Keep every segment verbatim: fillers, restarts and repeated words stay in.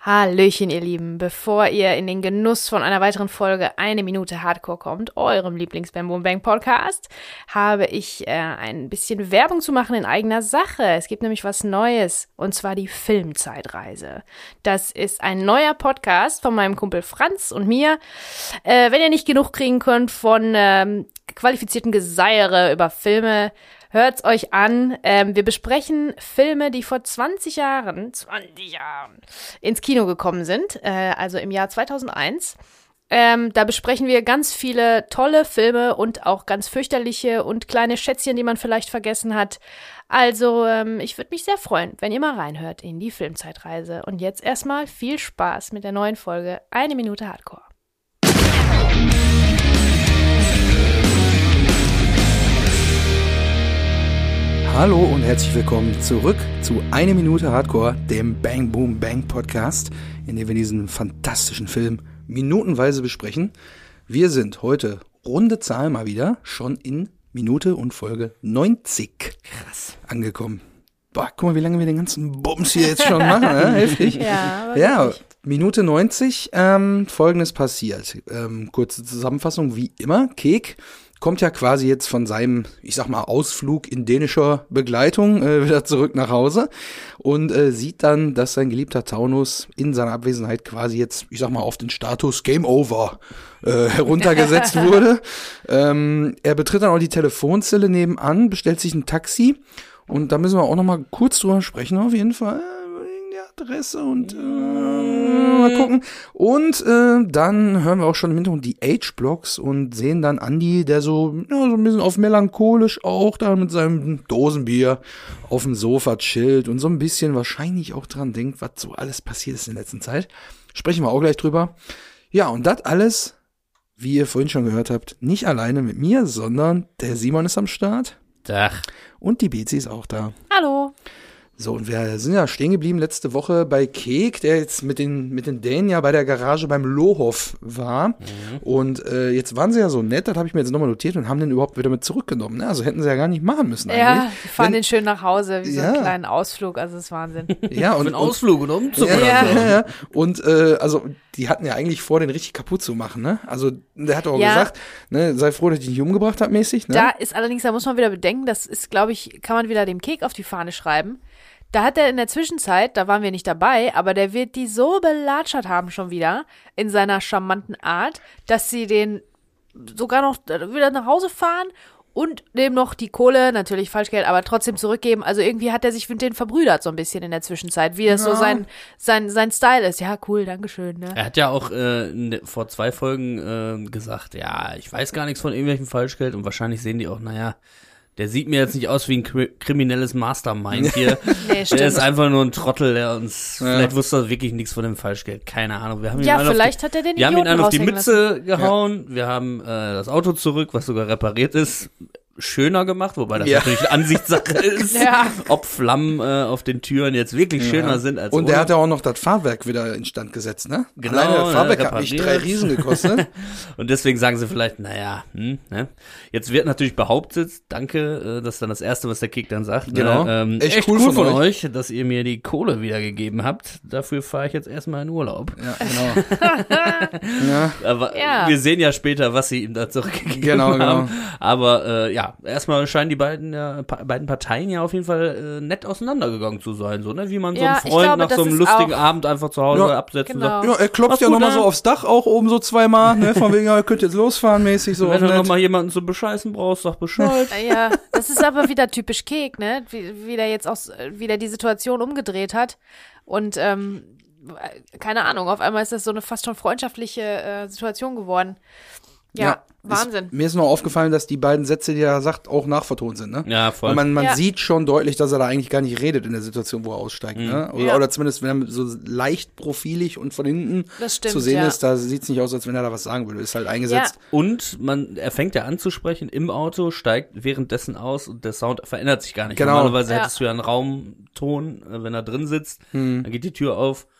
Hallöchen, ihr Lieben. Bevor ihr in den Genuss von einer weiteren Folge Eine Minute Hardcore kommt, eurem Lieblings-Bam Boom Bang Podcast, habe ich äh, ein bisschen Werbung zu machen in eigener Sache. Es gibt nämlich was Neues, und zwar die Filmzeitreise. Das ist ein neuer Podcast von meinem Kumpel Franz und mir. Äh, wenn ihr nicht genug kriegen könnt von ähm, qualifizierten Geseiere über Filme, hört's euch an. Ähm, wir besprechen Filme, die vor zwanzig Jahren, zwanzig Jahren ins Kino gekommen sind, äh, also im Jahr zweitausendeins. Ähm, da besprechen wir ganz viele tolle Filme und auch ganz fürchterliche und kleine Schätzchen, die man vielleicht vergessen hat. Also ähm, ich würde mich sehr freuen, wenn ihr mal reinhört in die Filmzeitreise. Und jetzt erstmal viel Spaß mit der neuen Folge Eine Minute Hardcore. Hallo und herzlich willkommen zurück zu Eine Minute Hardcore, dem Bang Boom Bang Podcast, in dem wir diesen fantastischen Film minutenweise besprechen. Wir sind heute, runde Zahl mal wieder, schon in Minute und Folge neunzig Krass. Angekommen. Boah, guck mal, wie lange wir den ganzen Bums hier jetzt schon machen, ne? Heftig. Ja, ja, Minute neunzig, ähm, Folgendes passiert. Ähm, kurze Zusammenfassung, wie immer, Kek kommt ja quasi jetzt von seinem, ich sag mal, Ausflug in dänischer Begleitung äh, wieder zurück nach Hause und äh, sieht dann, dass sein geliebter Taunus in seiner Abwesenheit quasi jetzt, ich sag mal, auf den Status Game Over äh, heruntergesetzt wurde. Ähm, er betritt dann auch die Telefonzelle nebenan, bestellt sich ein Taxi und da müssen wir auch noch mal kurz drüber sprechen, auf jeden Fall. Adresse und äh, mal gucken. Und äh, dann hören wir auch schon im Hintergrund die H-Blocks und sehen dann Andi, der so, ja, so ein bisschen auf melancholisch auch da mit seinem Dosenbier auf dem Sofa chillt und so ein bisschen wahrscheinlich auch dran denkt, was so alles passiert ist in der letzten Zeit. Sprechen wir auch gleich drüber. Ja, und das alles, wie ihr vorhin schon gehört habt, nicht alleine mit mir, sondern der Simon ist am Start. Dach. Und die Bezi ist auch da. Hallo. So, und wir sind ja stehen geblieben letzte Woche bei Kek, der jetzt mit den mit den Dänen ja bei der Garage beim Lohof war. Mhm. Und äh, jetzt waren sie ja so nett, das habe ich mir jetzt nochmal notiert und haben den überhaupt wieder mit zurückgenommen. Ne? Also hätten sie ja gar nicht machen müssen eigentlich. Ja, die fahren Wenn, den schön nach Hause, wie ja. so einen kleinen Ausflug, also das ist Wahnsinn. Ja, und, ein Ausflug und Umzug ja, oder ja, so. Ja, ja. Und äh, also die hatten ja eigentlich vor, den richtig kaputt zu machen. Ne? Also der hat auch ja. gesagt, ne, sei froh, dass ich dich nicht umgebracht habe mäßig. Ne? Da ist allerdings, da muss man wieder bedenken, das ist, glaube ich, kann man wieder dem Kek auf die Fahne schreiben. Da hat er in der Zwischenzeit, da waren wir nicht dabei, aber der wird die so belatschert haben schon wieder, in seiner charmanten Art, dass sie den sogar noch wieder nach Hause fahren und dem noch die Kohle, natürlich Falschgeld, aber trotzdem zurückgeben. Also irgendwie hat er sich mit denen verbrüdert so ein bisschen in der Zwischenzeit, wie das ja. so sein, sein, sein Style ist. Ja, cool, dankeschön. Ne? Er hat ja auch äh, vor zwei Folgen äh, gesagt, ja, ich weiß gar nichts von irgendwelchen Falschgeld und wahrscheinlich sehen die auch, naja, der sieht mir jetzt nicht aus wie ein kriminelles Mastermind hier. Nee, der ist einfach nur ein Trottel, der uns, ja. vielleicht wusste er wirklich nichts von dem Falschgeld. Keine Ahnung. Wir haben ihn ja, einen vielleicht die, hat er den Wir haben ihn einen auf die Mütze lassen. gehauen. Ja. Wir haben äh, das Auto zurück, was sogar repariert ist, schöner gemacht, wobei das ja. natürlich Ansichtssache ist, ja. ob Flammen äh, auf den Türen jetzt wirklich schöner ja. sind als Und ohne. der hat ja auch noch das Fahrwerk wieder instand gesetzt, ne? Genau, Alleine das Fahrwerk ne, hat mich drei Riesen gekostet. Und deswegen sagen sie vielleicht, naja, hm, ne? Jetzt wird natürlich behauptet, danke, das ist dann das Erste, was der Kek dann sagt. Genau. Ne? Ähm, echt, echt cool, cool von, von euch. euch, dass ihr mir die Kohle wiedergegeben habt. Dafür fahre ich jetzt erstmal in Urlaub. Ja, genau. ja. Aber ja. wir sehen ja später, was sie ihm da zurückgegeben genau, haben. Genau. Aber äh, ja, erstmal scheinen die beiden, ja, pa- beiden Parteien ja auf jeden Fall äh, nett auseinandergegangen zu sein. So, ne? Wie man so ja, einen Freund glaube, nach so einem lustigen Abend einfach zu Hause ja, absetzt genau. und sagt, ja, er klopft was ja gut, nochmal ne? so aufs Dach auch oben so zweimal, ne? Von wegen, ja, ihr könnt jetzt losfahren mäßig so. Wenn du nett. nochmal jemanden zu bescheißen brauchst, sag Bescheid. Ja, das ist aber wieder typisch Kek, ne? Wie, wie der jetzt auch, wie der die Situation umgedreht hat. Und, ähm, keine Ahnung, auf einmal ist das so eine fast schon freundschaftliche äh, Situation geworden. Ja, Ja, Wahnsinn. Ist, mir ist noch aufgefallen, dass die beiden Sätze, die er sagt, auch nachvertont sind, ne? Ja, voll. Und man, man Ja. sieht schon deutlich, dass er da eigentlich gar nicht redet in der Situation, wo er aussteigt, Mhm. ne? Oder, Ja. oder zumindest, wenn er so leicht profilig und von hinten Das stimmt, zu sehen ja. ist, da sieht's nicht aus, als wenn er da was sagen würde. Ist halt eingesetzt. Und man, er fängt ja an zu sprechen im Auto, steigt währenddessen aus und der Sound verändert sich gar nicht. Genau. Normalerweise Ja. hättest du ja einen Raumton, äh, wenn er drin sitzt, Hm. dann geht die Tür auf,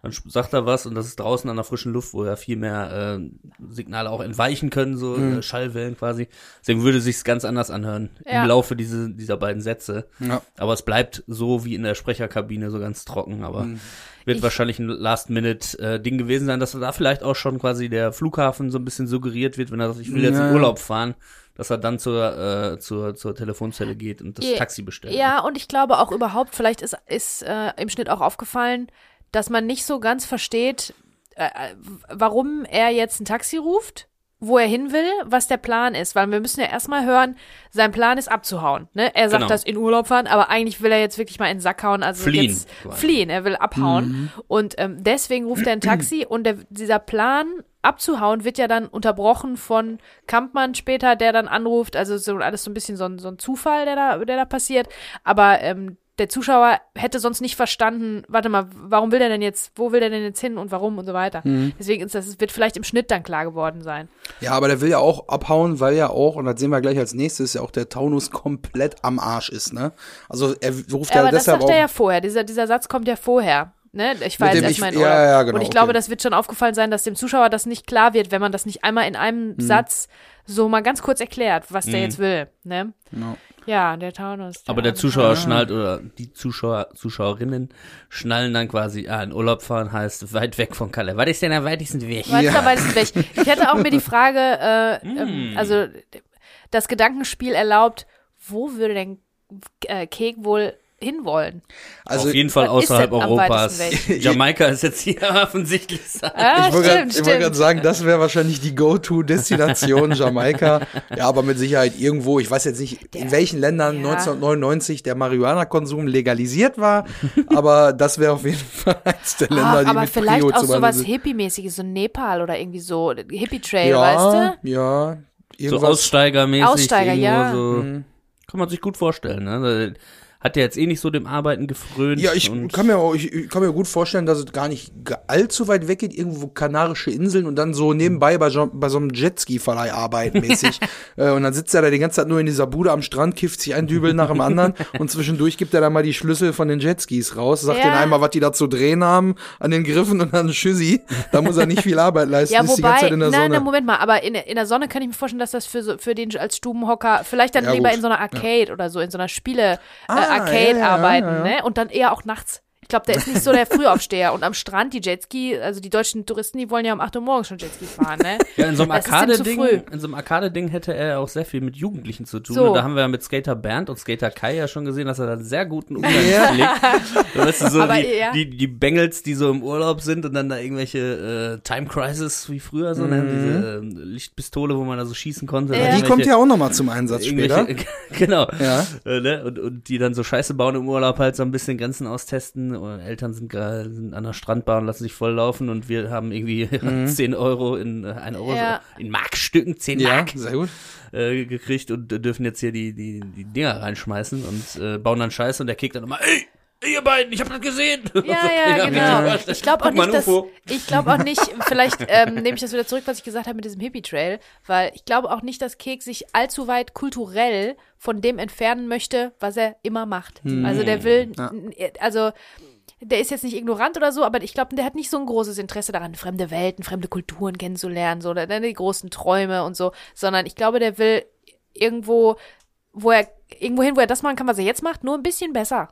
Dann sagt er was und das ist draußen an der frischen Luft, wo ja viel mehr äh, Signale auch entweichen können, so mhm. äh, Schallwellen quasi. Deswegen würde es sich ganz anders anhören ja. im Laufe diese, dieser beiden Sätze. Ja. Aber es bleibt so wie in der Sprecherkabine, so ganz trocken. Aber mhm. wird ich, wahrscheinlich ein Last-Minute-Ding äh, gewesen sein, dass da vielleicht auch schon quasi der Flughafen so ein bisschen suggeriert wird, wenn er sagt, ich will jetzt ja. in Urlaub fahren, dass er dann zur, äh, zur, zur Telefonzelle geht und das ja, Taxi bestellt. Ja, und ich glaube auch überhaupt, vielleicht ist, ist äh, im Schnitt auch aufgefallen, dass man nicht so ganz versteht, äh, warum er jetzt ein Taxi ruft, wo er hin will, was der Plan ist. Weil wir müssen ja erstmal hören, sein Plan ist abzuhauen. Ne? Er sagt genau. das in Urlaub fahren, aber eigentlich will er jetzt wirklich mal in den Sack hauen. Also fliehen. Jetzt fliehen, er will abhauen. Mhm. Und ähm, deswegen ruft er ein Taxi und der, dieser Plan abzuhauen wird ja dann unterbrochen von Kampmann später, der dann anruft. Also so alles so ein bisschen so ein, so ein Zufall, der da, der da passiert. Aber ähm, der Zuschauer hätte sonst nicht verstanden, warte mal, warum will der denn jetzt, wo will der denn jetzt hin und warum und so weiter. Mhm. Deswegen ist das, es wird vielleicht im Schnitt dann klar geworden sein. Ja, aber der will ja auch abhauen, weil ja auch, und das sehen wir gleich als nächstes, ja auch der Taunus komplett am Arsch ist, ne? Also er ruft ja, ja deshalb auch. Aber das sagt er ja vorher, dieser, dieser Satz kommt ja vorher. Ne? Ich war jetzt erstmal in Urlaub. Ja, ja, genau, und ich okay. glaube, das wird schon aufgefallen sein, dass dem Zuschauer das nicht klar wird, wenn man das nicht einmal in einem mhm. Satz so mal ganz kurz erklärt, was der mhm. jetzt will. Ne? No. Ja, der Taunus. Der Aber der Zuschauer ja. schnallt, oder die Zuschauer, Zuschauerinnen schnallen dann quasi, ah, in Urlaub fahren heißt weit weg von Kalle. Was ist denn am weitesten Weg? Was ist am weitesten Weg? Ich hätte auch mir die Frage, äh, mm. ähm, also das Gedankenspiel erlaubt, wo würde denn äh, Kek wohl hinwollen? Also auf jeden Fall außerhalb Europas. Jamaika ist jetzt hier offensichtlich. Ah, ich wollte gerade sagen, das wäre wahrscheinlich die Go-To-Destination Jamaika. Ja, aber mit Sicherheit irgendwo, ich weiß jetzt nicht, in welchen Ländern ja. neunzehnhundertneunundneunzig der Marihuana-Konsum legalisiert war, aber das wäre auf jeden Fall eins der Länder, oh, die aber mit vielleicht Prio auch sowas Hippie-mäßiges, so Nepal oder irgendwie so, Hippie-Trail, ja, weißt du? Ja, irgendwas. So Aussteigermäßig. Aussteiger, ja. So. Mhm. Kann man sich gut vorstellen, ne? Hat der jetzt eh nicht so dem Arbeiten gefrönt. Ja, ich kann mir auch, ich kann mir gut vorstellen, dass es gar nicht allzu weit weg geht, irgendwo Kanarische Inseln und dann so nebenbei bei, bei so einem Jetski-Verleih arbeiten mäßig. äh, und dann sitzt er da die ganze Zeit nur in dieser Bude am Strand, kifft sich ein Dübel nach dem anderen und zwischendurch gibt er dann mal die Schlüssel von den Jetskis raus, sagt ja. denen einmal, was die da zu drehen haben an den Griffen und dann Tschüssi. Da muss er nicht viel Arbeit leisten, ja, ist wobei, die ganze Zeit in der nein, Sonne. Nein, Moment mal, aber in, in der Sonne kann ich mir vorstellen, dass das für, so, für den als Stubenhocker, vielleicht dann ja, lieber gut. in so einer Arcade ja. oder so, in so einer Spiele ah, äh, Arcade ja, ja, arbeiten. Ja, ja. Ne? Und dann eher auch nachts. Ich glaube, der ist nicht so der Frühaufsteher. Und am Strand, die Jetski, also die deutschen Touristen, die wollen ja um acht Uhr morgens schon Jetski fahren, ne? Ja, in so einem Arcade-Ding, in so einem Arcade-Ding hätte er auch sehr viel mit Jugendlichen zu tun. So. Und da haben wir ja mit Skater Bernd und Skater Kai ja schon gesehen, dass er da einen sehr guten Umgang pflegt. Da weißt du, so Aber, die, ja. die, die Bengels, die so im Urlaub sind und dann da irgendwelche äh, Time Crisis wie früher, so, mhm. ne? Diese äh, Lichtpistole, wo man da so schießen konnte. Ja. Die kommt ja auch nochmal zum Einsatz später. Genau. Ja. Äh, ne? und, und die dann so Scheiße bauen im Urlaub, halt so ein bisschen Grenzen austesten. Und Eltern sind sind an der Strandbar und lassen sich volllaufen und wir haben irgendwie mhm. zehn Euro in äh, ein Euro ja. in Markstücken, zehn ja, Mark sehr gut. Äh, gekriegt und äh, dürfen jetzt hier die, die, die Dinger reinschmeißen und äh, bauen dann Scheiße und der kickt dann immer, ey, ihr beiden, ich hab das gesehen. Ja, ja, genau. Ich glaube auch nicht, dass, ich glaube auch nicht, vielleicht ähm, nehme ich das wieder zurück, was ich gesagt habe mit diesem Hippie-Trail, weil ich glaube auch nicht, dass Kek sich allzu weit kulturell von dem entfernen möchte, was er immer macht. Hm. Also der will, ja. also der ist jetzt nicht ignorant oder so, aber ich glaube, der hat nicht so ein großes Interesse daran, fremde Welten, fremde Kulturen kennenzulernen, so, oder die großen Träume und so, sondern ich glaube, der will irgendwo, wo er, irgendwo hin, wo er das machen kann, was er jetzt macht, nur ein bisschen besser.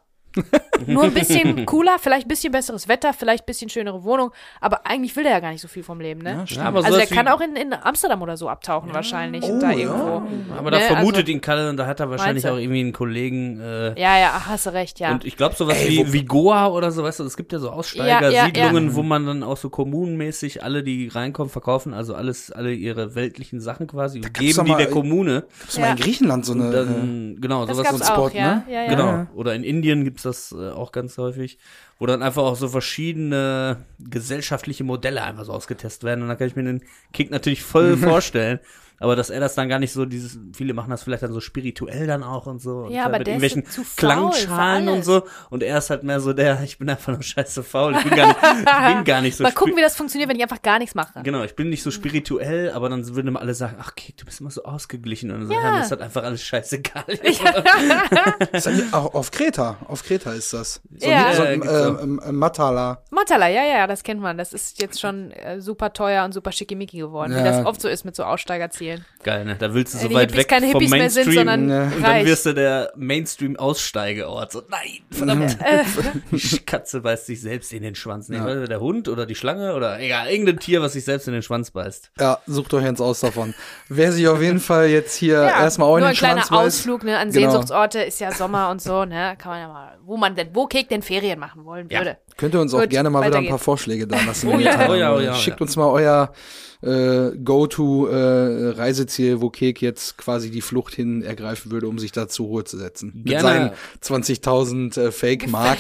Nur ein bisschen cooler, vielleicht ein bisschen besseres Wetter, vielleicht ein bisschen schönere Wohnung, aber eigentlich will der ja gar nicht so viel vom Leben, ne? Ja, aber also der kann auch in, in Amsterdam oder so abtauchen ja. wahrscheinlich. Oh, da ja. irgendwo. Aber da ne? vermutet also, ihn Kalle und da hat er wahrscheinlich auch irgendwie einen Kollegen. Äh, ja, ja, ach, hast du recht, ja. Und ich glaube sowas Ey, wie, wie Goa oder so, weißt du, es gibt ja so Aussteigersiedlungen, ja, ja, ja. wo man dann auch so kommunenmäßig alle, die reinkommen, verkaufen, also alles, alle ihre weltlichen Sachen quasi und geben die der Kommune. Gibt's ja. mal in Griechenland so eine, dann, genau, das sowas so ein Spot, auch, ja? ne? Ja, ja. Genau. Oder in Indien gibt's das äh, auch ganz häufig, wo dann einfach auch so verschiedene gesellschaftliche Modelle einfach so ausgetestet werden. Und da kann ich mir den Kick natürlich voll vorstellen. Aber dass er das dann gar nicht so, dieses, viele machen das vielleicht dann so spirituell dann auch und so. Ja, und aber mit der irgendwelchen ist zu faul Klangschalen und so. Und er ist halt mehr so der, ich bin einfach nur scheiße faul. Ich bin gar nicht, ich bin gar nicht so. Mal gucken, wie das funktioniert, wenn ich einfach gar nichts mache. Genau, ich bin nicht so spirituell, aber dann würden immer alle sagen, ach Kick, du bist immer so ausgeglichen. Und so, ja. ja, mir ist halt einfach alles scheißegal. Ist auch auf Kreta, auf Kreta ist das. So ja. ein, so Ja, ein, äh, äh, Matala. Matala. Mozzarella, ja, ja, das kennt man. Das ist jetzt schon äh, super teuer und super schickimicki geworden, ja. Wie das oft so ist mit so Aussteigerzielen. Geil, ne? Da willst du so äh, weit Hippies weg keine vom Hippies Mainstream mehr sind, sondern ja. reich. Und dann wirst du der Mainstream-Aussteigeort. So, nein, verdammt. Die Katze beißt sich selbst in den Schwanz. Nee, ja. Der Hund oder die Schlange oder egal, irgendein Tier, was sich selbst in den Schwanz beißt. Ja, sucht euch eins aus davon. Wer sich auf jeden Fall jetzt hier ja, erstmal auch in den Schwanz beißt. Nur ein kleiner Ausflug ne, an genau. Sehnsuchtsorte, ist ja Sommer und so, ne, kann man ja mal, wo man denn, wo Kek denn Ferien machen wollen würde. Ja. Könnt ihr uns Gut, auch gerne mal wieder ein paar Vorschläge da lassen. oh, ja. Oh, ja, oh, ja, Schickt ja. uns mal euer äh, Go-To-Reiseziel, äh, wo Kek jetzt quasi die Flucht hin ergreifen würde, um sich da zur Ruhe zu setzen. Gerne. Mit seinen zwanzigtausend äh, Fake-Mark.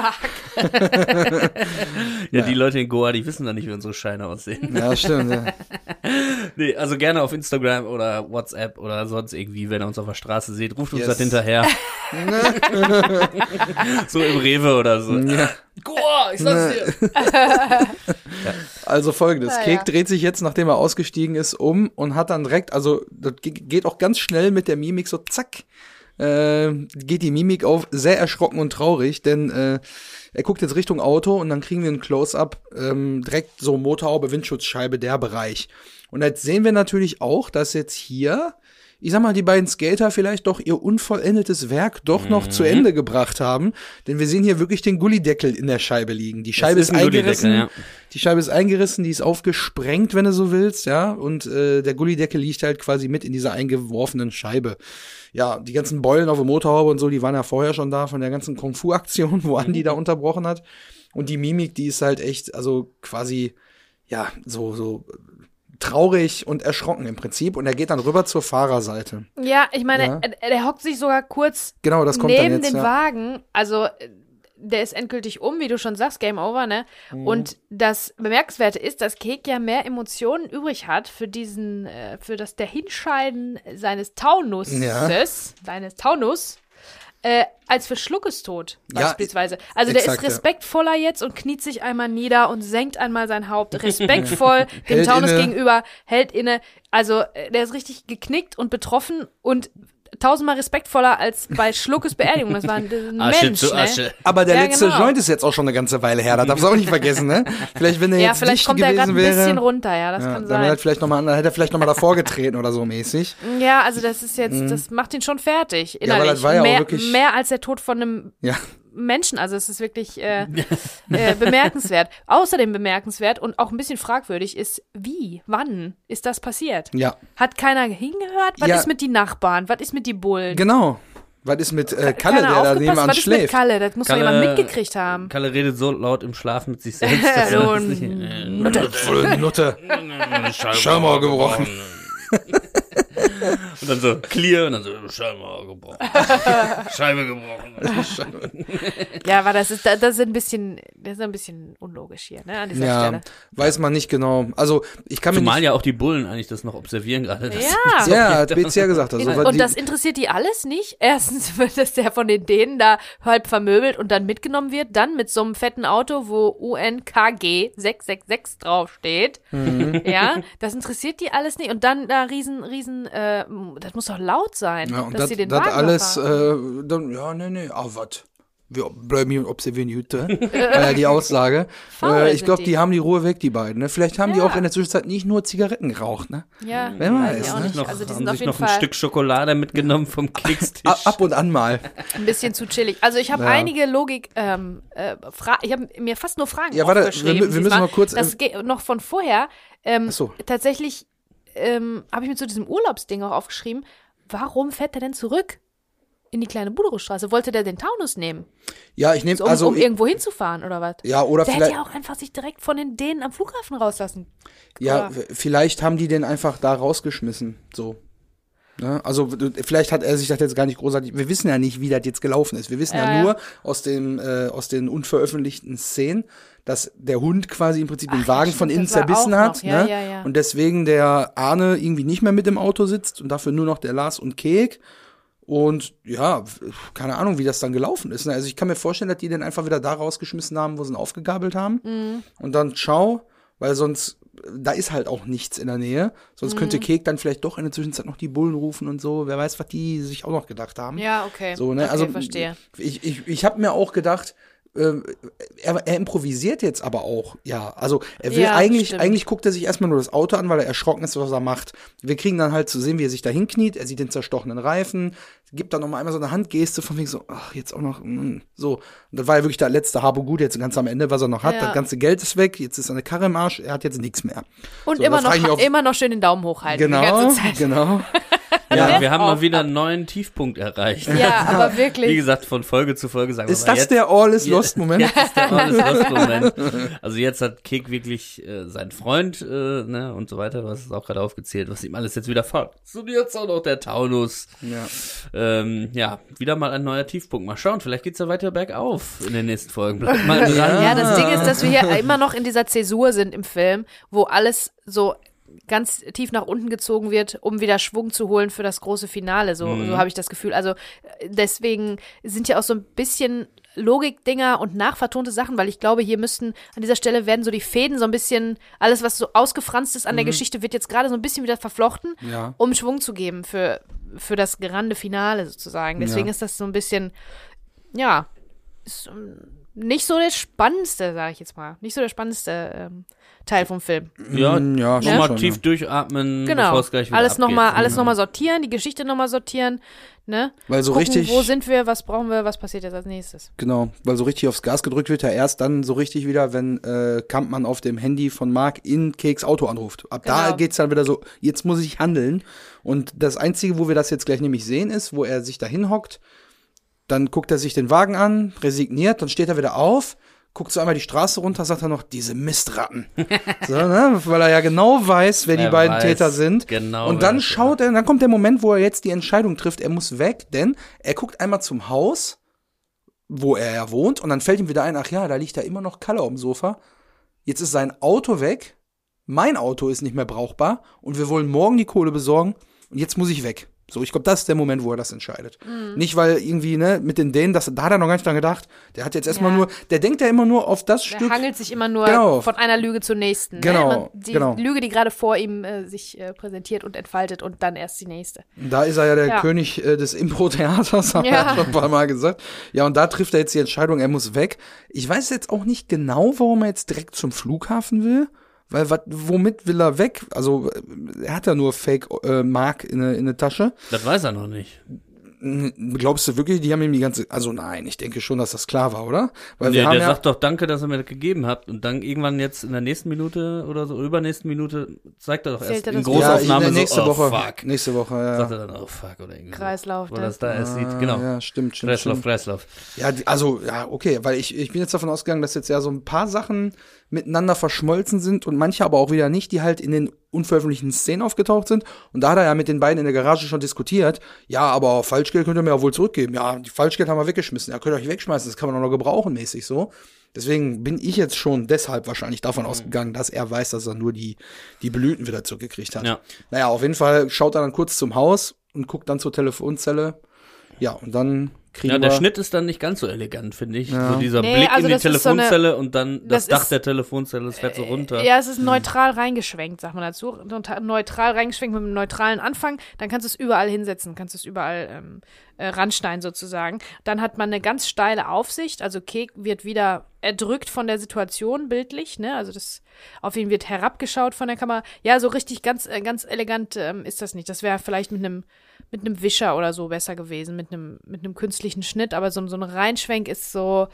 ja, ja, die Leute in Goa, die wissen dann nicht, wie unsere Scheine aussehen. Ja, stimmt. Ja. Nee, also gerne auf Instagram oder WhatsApp oder sonst irgendwie, wenn ihr uns auf der Straße seht, ruft uns yes. das hinterher. So im Rewe oder so. Ja. Goa, ich sag's dir. ja. Also folgendes, ja, Kek ja. dreht sich jetzt, nachdem er ausgestiegen ist, um und hat dann direkt, also das geht auch ganz schnell mit der Mimik, so zack, äh, geht die Mimik auf, sehr erschrocken und traurig, denn äh, er guckt jetzt Richtung Auto und dann kriegen wir ein Close-Up, ähm, direkt so Motorhaube, Windschutzscheibe, der Bereich. Und jetzt sehen wir natürlich auch, dass jetzt hier, ich sag mal, die beiden Skater vielleicht doch ihr unvollendetes Werk doch noch mhm. zu Ende gebracht haben. Denn wir sehen hier wirklich den Gullideckel in der Scheibe liegen. Die Scheibe ist, ist eingerissen. Ja. Die Scheibe ist eingerissen, die ist aufgesprengt, wenn du so willst, ja. Und äh, der Gullideckel liegt halt quasi mit in dieser eingeworfenen Scheibe. Ja, die ganzen Beulen auf der Motorhaube und so, die waren ja vorher schon da von der ganzen Kung-Fu-Aktion, wo Andi mhm. da unterbrochen hat. Und die Mimik, die ist halt echt, also quasi, ja, so, so traurig und erschrocken im Prinzip. Und er geht dann rüber zur Fahrerseite. Ja, ich meine, ja. Er, er hockt sich sogar kurz genau, das kommt neben dann jetzt, den ja. Wagen. Also der ist endgültig um, wie du schon sagst, Game Over, ne? Mhm. Und das Bemerkenswerte ist, dass Kek ja mehr Emotionen übrig hat für diesen, äh, für das der Hinscheiden seines Taunusses, ja. seines Taunus, Äh, als für Schluckestod beispielsweise. Ja, also exakt, der ist respektvoller ja. jetzt und kniet sich einmal nieder und senkt einmal sein Haupt. Respektvoll dem hält Taunus inne. gegenüber, hält inne. Also der ist richtig geknickt und betroffen und tausendmal respektvoller als bei Schluckes Beerdigung. Das war ein, ein Asche Mensch, zu Asche. Ne? Aber der ja, letzte genau. Joint ist jetzt auch schon eine ganze Weile her. Das darfst du auch nicht vergessen, ne? Vielleicht, wenn er ja, jetzt vielleicht dicht kommt er gewesen gerade ein wäre. bisschen runter, ja, das ja, kann dann sein. Hat vielleicht noch mal, dann hätte er vielleicht noch mal davor getreten oder so mäßig. Ja, also das ist jetzt, mhm. das macht ihn schon fertig. Ja, aber das war ja mehr, auch wirklich mehr als der Tod von einem ja. Menschen, also es ist wirklich äh, äh, bemerkenswert. Außerdem bemerkenswert und auch ein bisschen fragwürdig ist, wie, wann ist das passiert? Ja. Hat keiner hingehört? Was Ja. ist mit den Nachbarn? Was ist mit die Bullen? Genau. Was ist mit äh, Kalle, Keiner der da aufgepasst? nebenan Was ist mit schläft? Kalle? Das muss Kalle, doch jemand mitgekriegt haben. Kalle redet so laut im Schlaf mit sich selbst. dass So er ein das nicht- äh, Nutte. Volle Nutte. Schallmauer gebrochen. Und dann so clear und dann so Scheibe gebrochen. Scheibe gebrochen. Ja, aber das ist, das ist ein bisschen, das ist ein bisschen unlogisch hier, ne, an dieser Ja, Stelle. weiß man nicht genau. Also, ich kann mir Zumal nicht... ja auch die Bullen eigentlich das noch observieren gerade. dass- Ja. Ja, hat B C ja gesagt. Also, weil Und die, das interessiert die alles nicht. Erstens wird das der von den Dänen da halb vermöbelt und dann mitgenommen wird. Dann mit so einem fetten Auto, wo U N K G sechs sechs sechs draufsteht. Mhm. Ja, das interessiert die alles nicht. Und dann da riesen, riesen, äh, das muss doch laut sein, ja, und dass das, sie den das Wagen alles, fahren. äh, dann, ja, nee, nee, ah, was? Wir bleiben hier und observieren die Hütte. War ja die Aussage. Faul äh, ich sind glaube, die. die haben die Ruhe weg, die beiden. Ne? Vielleicht haben die Ja. auch in der Zwischenzeit nicht nur Zigaretten geraucht, ne? Ja, Wer weiß, ich auch ne? nicht. Noch, Also die haben sind auf sich jeden noch ein Fall Stück Schokolade mitgenommen vom Kekstisch. Ab, ab und an mal. ein bisschen zu chillig. Also ich habe Ja. einige Logik, ähm, äh, Fra- ich habe mir fast nur Fragen Ja, warte, aufgeschrieben. wir- wir müssen diesmal. mal kurz, Das ähm, geht noch von vorher. Ähm, Ach so. Tatsächlich ähm, habe ich mir zu diesem Urlaubsding auch aufgeschrieben, warum fährt er denn zurück in die kleine Buderusstraße? Wollte der den Taunus nehmen? Ja, ich nehme, So, um, also, um ich, irgendwo hinzufahren oder was? ja, oder Der vielleicht, hätte ja auch einfach sich direkt von den Dänen am Flughafen rauslassen. ja, oder- w- vielleicht haben die den einfach da rausgeschmissen, so. Ne? Also, w- vielleicht hat er sich das jetzt gar nicht großartig, wir wissen ja nicht, wie das jetzt gelaufen ist. Wir wissen ja, Ja, ja. nur aus dem, äh, aus den unveröffentlichten Szenen, dass der Hund quasi im Prinzip den Ach, Wagen stimmt, von innen das war zerbissen auch hat, noch. Ja, ne? ja, ja. Und deswegen der Arne irgendwie nicht mehr mit im Auto sitzt und dafür nur noch der Lars und Kek. Und ja, keine Ahnung, wie das dann gelaufen ist. Ne? Also ich kann mir vorstellen, dass die den einfach wieder da rausgeschmissen haben, wo sie ihn aufgegabelt haben. Mhm. Und dann ciao, weil sonst, da ist halt auch nichts in der Nähe. Sonst Mhm. könnte Kek dann vielleicht doch in der Zwischenzeit noch die Bullen rufen und so. Wer weiß, was die sich auch noch gedacht haben. Ja, okay. So, ne? Okay, Also verstehe. ich, ich, ich habe mir auch gedacht, äh, er, er improvisiert jetzt aber auch, ja. Also er will Ja, eigentlich, stimmt. eigentlich guckt er sich erstmal nur das Auto an, weil er erschrocken ist, was er macht. Wir kriegen dann halt zu sehen, wie er sich da hinkniet, er sieht den zerstochenen Reifen, gibt dann noch mal einmal so eine Handgeste von wegen so, ach, jetzt auch noch, mh, so. Und das war ja wirklich der letzte Habe gut jetzt ganz am Ende, was er noch hat. Ja. Das ganze Geld ist weg, jetzt ist seine Karre im Arsch, er hat jetzt nichts mehr. Und So, immer, da frag ich mich noch, auch- immer noch schön den Daumen hochhalten die Genau, ganze Zeit. genau. Ja, Ja. wir haben Auf, mal wieder ab. einen neuen Tiefpunkt erreicht. Ja, aber Wie wirklich. gesagt, von Folge zu Folge sagen wir Ist mal das jetzt, der All-is-Lost-Moment? Jetzt ist der Alles Lost Moment. Also jetzt hat Kek wirklich äh, seinen Freund äh, ne, und so weiter, was ist auch gerade aufgezählt, was ihm alles jetzt wieder folgt. So jetzt auch noch der Taunus. Ja. Ähm, ja, wieder mal ein neuer Tiefpunkt. Mal schauen, vielleicht geht's ja weiter bergauf in den nächsten Folgen. Bleibt mal dran. Ja, das Ding ist, dass wir hier immer noch in dieser Zäsur sind im Film, wo alles so ganz tief nach unten gezogen wird, um wieder Schwung zu holen für das große Finale. So, Mhm. so habe ich das Gefühl. Also äh, deswegen sind ja auch so ein bisschen Logikdinger und nachvertonte Sachen, weil ich glaube, hier müssten, an dieser Stelle werden so die Fäden so ein bisschen, alles, was so ausgefranst ist an der Geschichte, wird jetzt gerade so ein bisschen wieder verflochten, Ja. um Schwung zu geben für, für das grande Finale sozusagen. Deswegen Ja. ist das so ein bisschen, ja, ist ähm, nicht so der spannendste, sage ich jetzt mal. Nicht so der spannendste ähm, Teil vom Film. Ja, Mm, ja, schon, nochmal schon, tief ja. durchatmen, bevor Genau. es gleich wieder Alles abgeht. nochmal, alles Mhm. nochmal sortieren, die Geschichte nochmal sortieren, ne? Weil so Gucken, richtig, wo sind wir, was brauchen wir, was passiert jetzt als nächstes. genau, weil so richtig aufs Gas gedrückt wird ja erst dann so richtig wieder, wenn äh, Kampmann auf dem Handy von Mark in Keks Auto anruft. Ab da Genau. geht's dann wieder so, jetzt muss ich handeln. Und das Einzige, wo wir das jetzt gleich nämlich sehen, ist, wo er sich da hinhockt, dann guckt er sich den Wagen an, resigniert, dann steht er wieder auf, guckt so einmal die Straße runter, sagt er noch, diese Mistratten. So, ne? Weil er ja genau weiß, wer die Er beiden weiß Täter sind. genau, und wer dann das schaut er, dann kommt der Moment, wo er jetzt die Entscheidung trifft, er muss weg, denn er guckt einmal zum Haus, wo er ja wohnt, und dann fällt ihm wieder ein, ach ja, da liegt ja immer noch Kalle auf dem Sofa. Jetzt ist sein Auto weg, mein Auto ist nicht mehr brauchbar und wir wollen morgen die Kohle besorgen und jetzt muss ich weg. So, ich glaube, das ist der Moment, wo er das entscheidet. Mhm. Nicht, weil irgendwie, ne, mit den Dänen, das, da hat er noch gar nicht dran gedacht. Der hat jetzt erstmal Ja. nur, der denkt ja immer nur auf das Der Stück. hangelt sich immer nur Genau. von einer Lüge zur nächsten. Genau, Ne? Man, die genau. Lüge, die gerade vor ihm äh, sich äh, präsentiert und entfaltet und dann erst die nächste. Da ist er ja der Ja. König äh, des Impro-Theaters, haben wir Ja. ja schon ein paar Mal gesagt. Ja, und da trifft er jetzt die Entscheidung, er muss weg. Ich weiß jetzt auch nicht genau, warum er jetzt direkt zum Flughafen will. Weil, wat, womit will er weg? Also, äh, er hat ja nur Fake äh, Mark in der in der Tasche. Das weiß er noch nicht. Glaubst du wirklich, die haben ihm die ganze, also nein, ich denke schon, dass das klar war, oder? Weil wir Ja, haben der ja, sagt doch, danke, dass ihr mir das gegeben habt. Und dann irgendwann jetzt in der nächsten Minute oder so, übernächsten Minute, zeigt er doch Zählt erst er in das ja, Großaufnahme ich- nächste so, oh, Woche, fuck. nächste Woche, ja. Sagt er dann, oh, fuck, oder irgendwie Kreislauf, so. Wo das- das da erst Ah, sieht, genau. Ja, stimmt, stimmt, Kreislauf, stimmt. Kreislauf. Ja, die- also, ja, okay, weil ich, ich bin jetzt davon ausgegangen, dass jetzt ja so ein paar Sachen miteinander verschmolzen sind und manche aber auch wieder nicht, die halt in den unveröffentlichten Szenen aufgetaucht sind. Und da hat er ja mit den beiden in der Garage schon diskutiert. Ja, aber Falschgeld könnt ihr mir ja wohl zurückgeben. Ja, die Falschgeld haben wir weggeschmissen. Ja, könnt ihr euch wegschmeißen, das kann man auch noch gebrauchen, mäßig so. Deswegen bin ich jetzt schon deshalb wahrscheinlich davon ausgegangen, dass er weiß, dass er nur die, die Blüten wieder zurückgekriegt hat. Ja. Naja, auf jeden Fall schaut er dann kurz zum Haus und guckt dann zur Telefonzelle. Ja, und dann kriegen Ja, der wir Schnitt ist dann nicht ganz so elegant, finde ich. Ja. So dieser Nee, Blick also in die das ist so eine- Telefonzelle und dann das, das Dach ist- der Telefonzelle, das fährt so runter. Ja, es ist neutral reingeschwenkt, sagt man dazu. Neutral reingeschwenkt mit einem neutralen Anfang. Dann kannst du es überall hinsetzen, kannst du es überall ähm, äh, ransteigen sozusagen. Dann hat man eine ganz steile Aufsicht. Also Kek wird wieder erdrückt von der Situation bildlich, ne? Also das auf ihn wird herabgeschaut von der Kamera. Ja, so richtig ganz äh, ganz elegant ähm, ist das nicht. Das wäre vielleicht mit einem mit einem Wischer oder so besser gewesen, mit einem mit einem künstlichen Schnitt. Aber so, so ein Reinschwenk ist so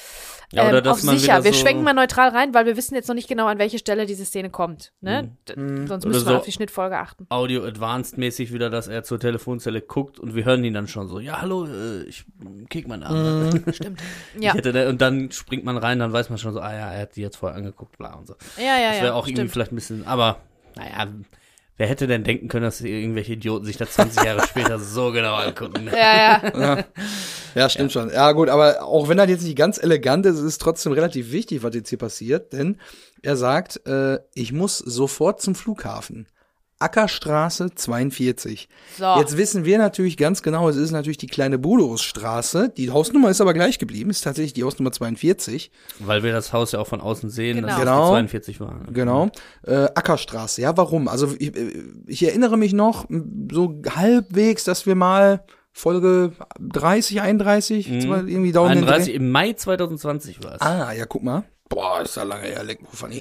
Ja, oder ähm, dass auf man sicher. wieder Wir so- schwenken mal neutral rein, weil wir wissen jetzt noch nicht genau, an welche Stelle diese Szene kommt. Ne? D- Sonst Oder müssen wir so- auf die Schnittfolge achten. Audio Advanced mäßig wieder, dass er zur Telefonzelle guckt und wir hören ihn dann schon so, ja, hallo, äh, ich kick meinen Arm. Stimmt. Ich Ja, hätte da, und dann springt man rein, dann weiß man schon so, ah ja, er hat die jetzt vorher angeguckt, bla und so. ja, ja. Das wäre ja, auch irgendwie stimmt. vielleicht ein bisschen, aber naja, wer hätte denn denken können, dass irgendwelche Idioten sich das zwanzig Jahre später so genau angucken? Ja, ja. Ja, stimmt schon. Ja, gut, aber auch wenn das jetzt nicht ganz elegant ist, ist es trotzdem relativ wichtig, was jetzt hier passiert, denn er sagt, äh, ich muss sofort zum Flughafen. Ackerstraße zweiundvierzig. So. Jetzt wissen wir natürlich ganz genau, es ist natürlich die kleine Budosstraße. Die Hausnummer ist aber gleich geblieben, ist tatsächlich die Hausnummer zweiundvierzig. Weil wir das Haus ja auch von außen sehen, dass Genau. es Genau. die zweiundvierzig war. Genau. Äh, Ackerstraße. Ja, warum? Also ich, ich erinnere mich noch m, so halbwegs, dass wir mal Folge dreißig, einunddreißig, Mhm. irgendwie Daumen einunddreißig, im Mai zwanzig zwanzig war es. Ah, ja, guck mal. Boah, ist ja lange her, Lecko Funny.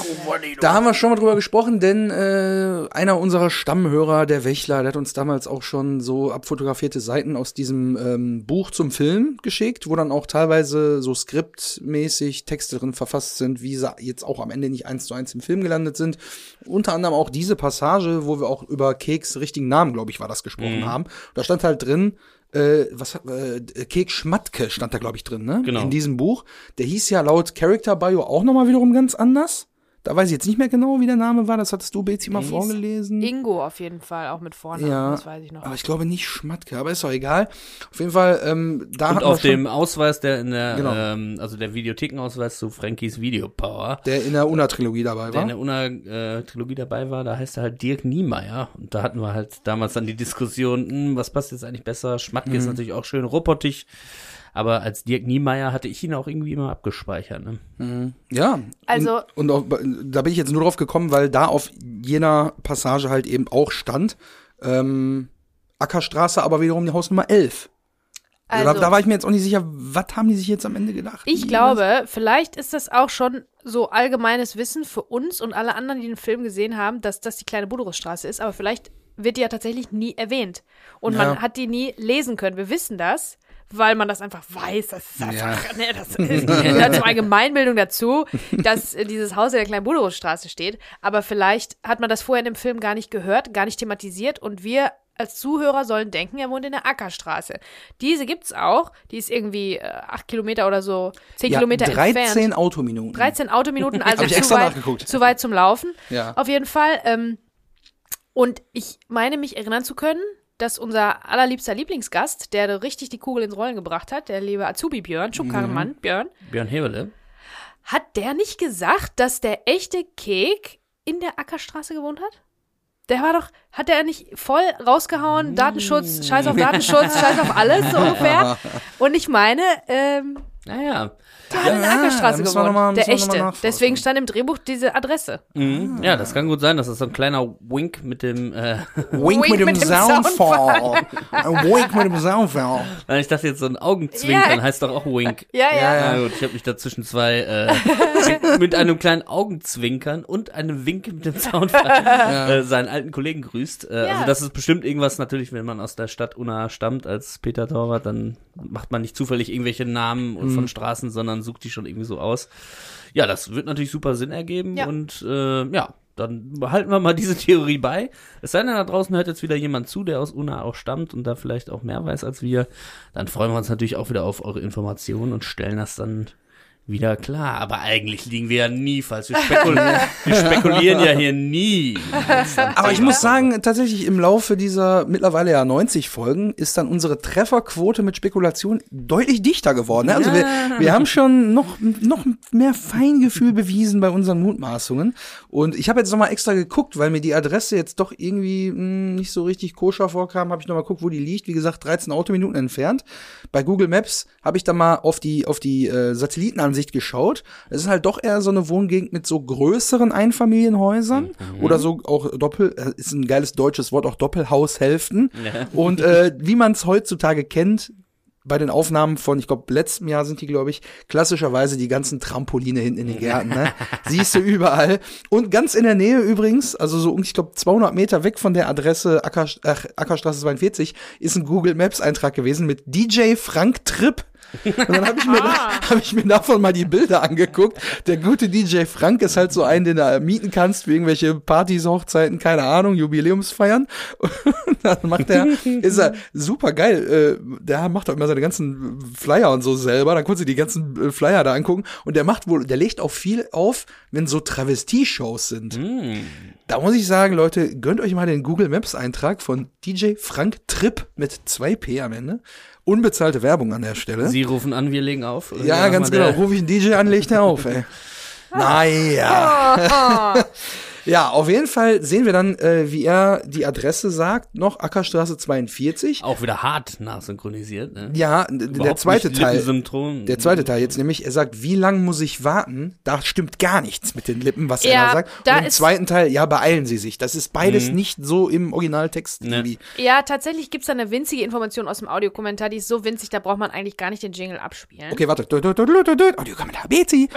Da haben wir schon mal drüber gesprochen, denn äh, einer unserer Stammhörer, der Wächler, der hat uns damals auch schon so abfotografierte Seiten aus diesem ähm, Buch zum Film geschickt, wo dann auch teilweise so skriptmäßig Texte drin verfasst sind, wie sie jetzt auch am Ende nicht eins zu eins im Film gelandet sind. Unter anderem auch diese Passage, wo wir auch über Keks richtigen Namen, glaube ich, war das gesprochen Mhm. haben. Da stand halt drin, Äh, was äh, Kek Schmatke stand da, glaube ich, drin, ne? Genau. In diesem Buch. Der hieß ja laut Character Bio auch nochmal wiederum ganz anders. Da weiß ich jetzt nicht mehr genau, wie der Name war. Das hattest du, Bezi, mal Der hieß vorgelesen. Ingo auf jeden Fall, auch mit Vornamen, Ja, das weiß ich noch. aber ich glaube nicht Schmatke, aber ist doch egal. Auf jeden Fall, ähm, da Und hat auf man dem Ausweis, der in der, Genau. ähm, also der Videothekenausweis zu Frankies Videopower, der in der Una-Trilogie dabei der war. in der Una-Trilogie dabei war, da heißt er halt Dirk Niemeyer. Und da hatten wir halt damals dann die Diskussion, hm, was passt jetzt eigentlich besser? Schmatke Mhm. ist natürlich auch schön robotig, aber als Dirk Niemeyer hatte ich ihn auch irgendwie immer abgespeichert. Ne? Mhm. Ja. Also- Und, und auch, da bin ich jetzt nur drauf gekommen, weil da auf jener Passage halt eben auch stand, ähm, Ackerstraße, aber wiederum die Hausnummer elf. Also, da, da war ich mir jetzt auch nicht sicher, was haben die sich jetzt am Ende gedacht? Ich glaube, vielleicht ist das auch schon so allgemeines Wissen für uns und alle anderen, die den Film gesehen haben, dass das die kleine Budurusstraße ist, aber vielleicht wird die ja tatsächlich nie erwähnt. Und Ja. man hat die nie lesen können. Wir wissen das, weil man das einfach weiß. Das ist einfach, ne, das ist, gehört zur Allgemeinbildung dazu, dass äh, dieses Haus in der kleinen Budurusstraße steht. Aber vielleicht hat man das vorher in dem Film gar nicht gehört, gar nicht thematisiert und wir als Zuhörer sollen denken, er wohnt in der Ackerstraße. Diese gibt's auch. Die ist irgendwie äh, acht Kilometer oder so, zehn ja, Kilometer dreizehn entfernt. Autominuten. dreizehn Autominuten, also Hab ich zu, extra weit, nachgeguckt. zu weit zum Laufen. Ja. Auf jeden Fall. Ähm, und ich meine, mich erinnern zu können, dass unser allerliebster Lieblingsgast, der da richtig die Kugel ins Rollen gebracht hat, der liebe Azubi Björn, Schubkarrenmann Björn, Björn Heberle. hat der nicht gesagt, dass der echte Kek in der Ackerstraße gewohnt hat? Der war doch, hat der nicht voll rausgehauen, Datenschutz, scheiß auf Datenschutz, scheiß auf alles, so ungefähr. Und ich meine, ähm, Naja. der hat in der Ackerstraße da müssen wir gewohnt, noch mal- der müssen wir noch mal echte. nachforschen. Deswegen stand im Drehbuch diese Adresse. Mhm. Ja, das kann gut sein, dass das so ein kleiner Wink mit dem, äh, Wink, mit dem, Soundfall. Ein Wink mit dem Soundfall. Nein, ich dachte jetzt so ein Augenzwinkern Ja. heißt doch auch Wink. Ja, ja. Ja, Na gut, ich habe mich da zwischen zwei, äh, mit einem kleinen Augenzwinkern und einem Wink mit dem Soundfall äh, seinen alten Kollegen grüßt. Äh, Ja. Also das ist bestimmt irgendwas natürlich, wenn man aus der Stadt Unna stammt als Peter Torwart, dann macht man nicht zufällig irgendwelche Namen Mhm. von Straßen, sondern sucht die schon irgendwie so aus. Ja, das wird natürlich super Sinn ergeben Ja. und äh, ja, dann behalten wir mal diese Theorie bei. Es sei denn, da draußen hört jetzt wieder jemand zu, der aus Unna auch stammt und da vielleicht auch mehr weiß als wir. Dann freuen wir uns natürlich auch wieder auf eure Informationen und stellen das dann wieder klar. Aber eigentlich liegen wir ja nie falsch. Wir spekulieren, wir spekulieren ja hier nie. Aber ich muss sagen, tatsächlich im Laufe dieser mittlerweile ja neunzig Folgen ist dann unsere Trefferquote mit Spekulation deutlich dichter geworden. Ne? Also wir, wir haben schon noch, noch mehr Feingefühl bewiesen bei unseren Mutmaßungen. Und ich habe jetzt nochmal extra geguckt, weil mir die Adresse jetzt doch irgendwie mh, nicht so richtig koscher vorkam, habe ich nochmal geguckt, wo die liegt. Wie gesagt, dreizehn Autominuten entfernt. Bei Google Maps habe ich dann mal auf die, auf die äh, Satellitenansicht geschaut. Es ist halt doch eher so eine Wohngegend mit so größeren Einfamilienhäusern Mhm. oder so auch Doppel, äh, ist ein geiles deutsches Wort, auch Doppelhaushälften. Ja. Und äh, wie man es heutzutage kennt, bei den Aufnahmen von, ich glaube, letztem Jahr sind die, glaube ich, klassischerweise die ganzen Trampoline hinten in den Gärten, ne? Siehst du überall. Und ganz in der Nähe übrigens, also so, ich glaube, zweihundert Meter weg von der Adresse Acker, ach, Ackerstraße zweiundvierzig, ist ein Google Maps Eintrag gewesen mit D J Frank Tripp. Und dann habe ich, mir da- hab ich mir davon mal die Bilder angeguckt. Der gute D J Frank ist halt so einen, den du mieten kannst für irgendwelche Partys, Hochzeiten, keine Ahnung, Jubiläumsfeiern. Und dann macht er, ist er super geil. Äh, der macht auch immer seine ganzen Flyer und so selber. Dann konntest du die ganzen äh, Flyer da angucken. Und der macht wohl, der legt auch viel auf, wenn so Travestie-Shows sind. Mm. Da muss ich sagen, Leute, gönnt euch mal den Google Maps Eintrag von D J Frank Tripp mit zwei P am Ende. Unbezahlte Werbung an der Stelle. Sie rufen an, wir legen auf. Ja, Oder ganz mal der- genau. Ruf ich einen D J an, leg der auf, ey. Naja. Ja, auf jeden Fall sehen wir dann, äh, wie er die Adresse sagt, noch Ackerstraße zweiundvierzig. Auch wieder hart nachsynchronisiert, ne? Ja, Überhaupt der zweite nicht Teil. Lippensyndrom. Der zweite Teil jetzt nämlich, er sagt, wie lange muss ich warten? Da stimmt gar nichts mit den Lippen, was Ja, er da sagt. da Und im ist- zweiten Teil, ja, beeilen Sie sich. Das ist beides Mhm. nicht so im Originaltext Ne. irgendwie. Ja, tatsächlich gibt es da eine winzige Information aus dem Audiokommentar, die ist so winzig, da braucht man eigentlich gar nicht den Jingle abspielen. Okay, warte. Audiokommentar, Bezi.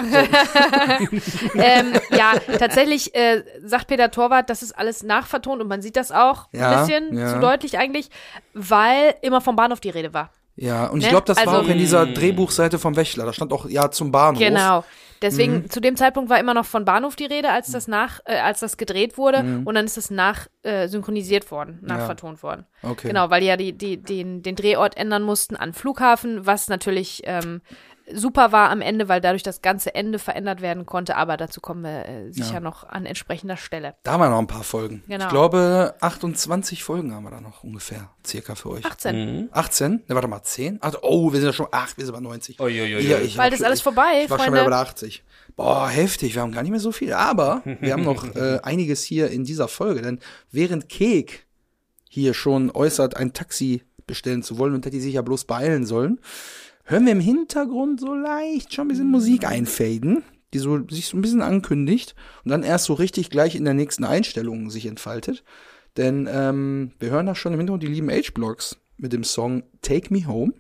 ähm, ja, tatsächlich äh, sagt Peter Torwart, das ist alles nachvertont und man sieht das auch Ja, ein bisschen ja. zu deutlich eigentlich, weil immer vom Bahnhof die Rede war. Ja, und ich Ne? glaube, das war Also- auch in dieser Drehbuchseite vom Wächtler. Da stand auch, ja, zum Bahnhof. Genau. Deswegen, Mhm. zu dem Zeitpunkt war immer noch von Bahnhof die Rede, als das nach, äh, als das gedreht wurde und dann ist es nach äh, synchronisiert worden, nachvertont worden. Okay. Genau, weil die ja die, die, den, den Drehort ändern mussten an Flughafen, was natürlich ähm, super war am Ende, weil dadurch das ganze Ende verändert werden konnte, aber dazu kommen wir äh, sicher Ja. noch an entsprechender Stelle. Da haben wir noch ein paar Folgen. Genau. Ich glaube, achtundzwanzig Folgen haben wir da noch ungefähr, circa für euch. achtzehn. Mhm. achtzehn? Ne, warte mal, zehn? Ach, oh, wir sind ja schon, ach, wir sind bei neunzig. Uiuiui. Ja, ich Bald war ist schon- alles vorbei, Ich war schon Freunde. wieder bei der achtzig. Boah, heftig, wir haben gar nicht mehr so viel. Aber wir haben noch äh, einiges hier in dieser Folge. Denn während Kek hier schon äußert, ein Taxi bestellen zu wollen und hätte sich ja bloß beeilen sollen, hören wir im Hintergrund so leicht schon ein bisschen Musik einfaden, die so sich so ein bisschen ankündigt und dann erst so richtig gleich in der nächsten Einstellung sich entfaltet. Denn ähm, wir hören da schon im Hintergrund die lieben H-Blocks mit dem Song Take Me Home.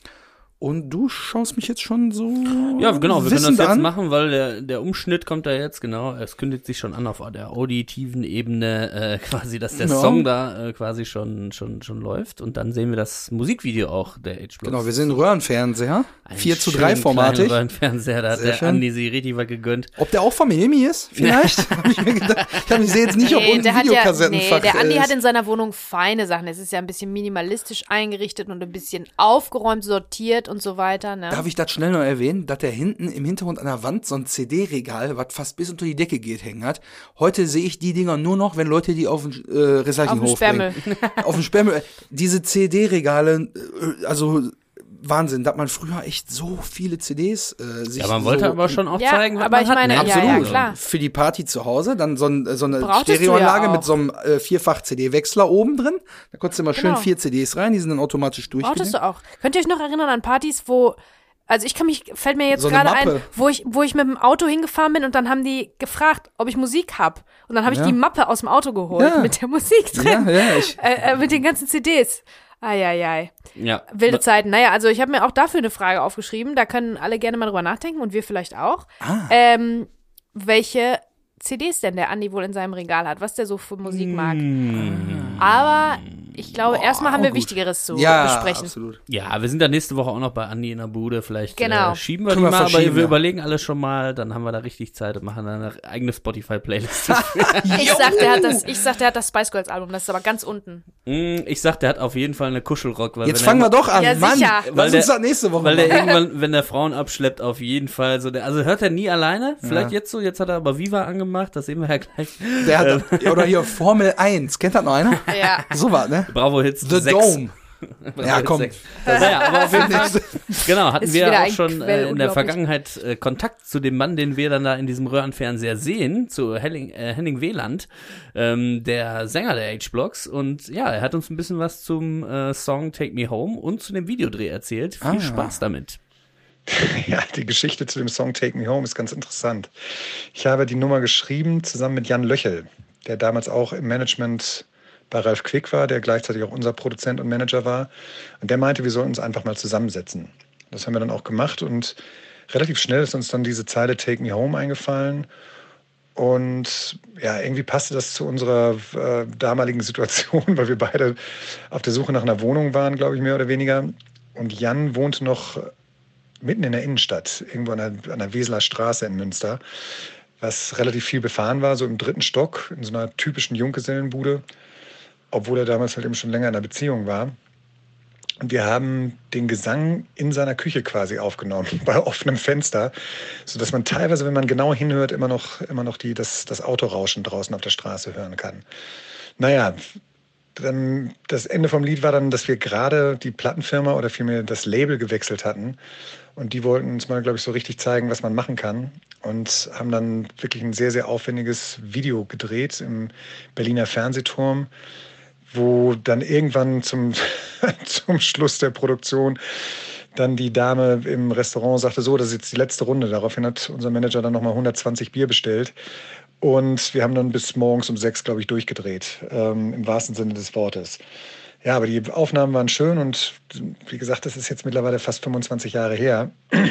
Und du schaust mich jetzt schon so Ja, genau, wir können das wissend jetzt an. machen, weil der, der Umschnitt kommt da jetzt, genau. Es kündigt sich schon an auf der auditiven Ebene, äh, quasi, dass der Ja. Song da äh, quasi schon, schon, schon läuft. Und dann sehen wir das Musikvideo auch der H-Blocks. Genau, wir sind Röhrenfernseher, Ein vier zu drei schönen formatig. kleinen Fernseher, da hat Sehr der schön. Andi sich richtig was gegönnt. Ob der auch von Milmi ist, vielleicht? Hab ich mir gedacht. Ich, hab, ich sehe jetzt nicht, ob Nee, unten der ein hat ja, Videokassettenfach nee, der Andi ist. hat in seiner Wohnung feine Sachen. Es ist ja ein bisschen minimalistisch eingerichtet und ein bisschen aufgeräumt, sortiert und so weiter. Ne? Darf ich das schnell noch erwähnen, dass der hinten im Hintergrund an der Wand so ein C D-Regal, was fast bis unter die Decke geht, hängen hat. Heute sehe ich die Dinger nur noch, wenn Leute die auf den äh, Recyclinghof Auf den bringen. Auf den Sperrmüll. Diese C D-Regale, äh, also Wahnsinn, da hat man früher echt so viele C Ds äh, sich Ja, man wollte so aber schon auch Ja, zeigen, was aber man ich hat. meine, ne? ja, Absolut. ja, klar. Für die Party zu Hause, dann so, ein, so eine Brauchtest du Stereoanlage ja auch. mit so einem äh, Vierfach-C D-Wechsler oben drin. Da konntest du immer schön Genau. vier C Ds rein, die sind dann automatisch durchgelegt. Brauchtest du auch. Könnt ihr euch noch erinnern an Partys, wo, also ich kann mich, fällt mir jetzt So eine gerade ein, Mappe. wo ich, wo ich mit dem Auto hingefahren bin und dann haben die gefragt, ob ich Musik hab. Und dann habe ich Ja. die Mappe aus dem Auto geholt Ja. mit der Musik drin. Ja, ja, ich, Äh, äh, mit den ganzen C Ds. Eieiei. Ja. Wilde Zeiten. Naja, also ich habe mir auch dafür eine Frage aufgeschrieben. Da können alle gerne mal drüber nachdenken und wir vielleicht auch. Ah. Ähm, welche C Ds denn der Andi wohl in seinem Regal hat, was der so für Musik mag. Aber ich glaube, Boah, erstmal haben wir gut. Wichtigeres zu ja, besprechen. absolut. Ja, wir sind da nächste Woche auch noch bei Andi in der Bude. Vielleicht Genau. äh, schieben wir Können die wir mal, aber verschieben, wir ja. überlegen alles schon mal. Dann haben wir da richtig Zeit und machen dann eine eigene Spotify-Playlist. Ich sag, der hat das, ich sag, der hat das Spice Girls Album, das ist aber ganz unten. Mm, ich sag, der hat auf jeden Fall eine Kuschelrock. Weil Jetzt wenn fangen er, wir doch an, Ja, Mann. sicher. Weil Lass der- uns das nächste Woche Weil der machen. irgendwann, wenn der Frauen abschleppt, auf jeden Fall so. Der, also hört er nie alleine. Vielleicht Ja. jetzt so. Jetzt hat er aber Viva angemacht. Das sehen wir ja gleich. Der hat, oder hier Formel eins. Kennt das noch einer? Ja. So was, ne? Bravo Hits The sechs. Dome. Bravo Ja, Hits komm. sechs. Naja, aber auf jeden Fall. Genau, hatten Ist wir wieder auch ein schon Quell, äh, in der unglaublich. Vergangenheit äh, Kontakt zu dem Mann, den wir dann da in diesem Röhrenfernseher sehen, zu Henning, äh, Henning Wieland, ähm, der Sänger der H-Blocks. Und ja, er hat uns ein bisschen was zum äh, Song Take Me Home und zu dem Videodreh erzählt. Viel Ah. Spaß damit. Ja, die Geschichte zu dem Song Take Me Home ist ganz interessant. Ich habe die Nummer geschrieben zusammen mit Jan Löchel, der damals auch im Management bei Ralf Quick war, der gleichzeitig auch unser Produzent und Manager war. Und der meinte, wir sollen uns einfach mal zusammensetzen. Das haben wir dann auch gemacht und relativ schnell ist uns dann diese Zeile Take Me Home eingefallen. Und ja, irgendwie passte das zu unserer äh, damaligen Situation, weil wir beide auf der Suche nach einer Wohnung waren, glaube ich, mehr oder weniger. Und Jan wohnte noch mitten in der Innenstadt, irgendwo an der, an der Weseler Straße in Münster, was relativ viel befahren war, so im dritten Stock, in so einer typischen Junggesellenbude, obwohl er damals halt eben schon länger in einer Beziehung war. Und wir haben den Gesang in seiner Küche quasi aufgenommen, bei offenem Fenster, sodass man teilweise, wenn man genau hinhört, immer noch, immer noch die, das, das Autorauschen draußen auf der Straße hören kann. Naja, dann, das Ende vom Lied war dann, dass wir gerade die Plattenfirma oder vielmehr das Label gewechselt hatten. Und die wollten uns mal, glaube ich, so richtig zeigen, was man machen kann. Und haben dann wirklich ein sehr, sehr aufwendiges Video gedreht im Berliner Fernsehturm, wo dann irgendwann zum, zum Schluss der Produktion dann die Dame im Restaurant sagte, so, das ist jetzt die letzte Runde. Daraufhin hat unser Manager dann nochmal hundertzwanzig Bier bestellt. Und wir haben dann bis morgens um sechs, glaube ich, durchgedreht, ähm, im wahrsten Sinne des Wortes. Ja, aber die Aufnahmen waren schön und wie gesagt, das ist jetzt mittlerweile fast fünfundzwanzig Jahre her.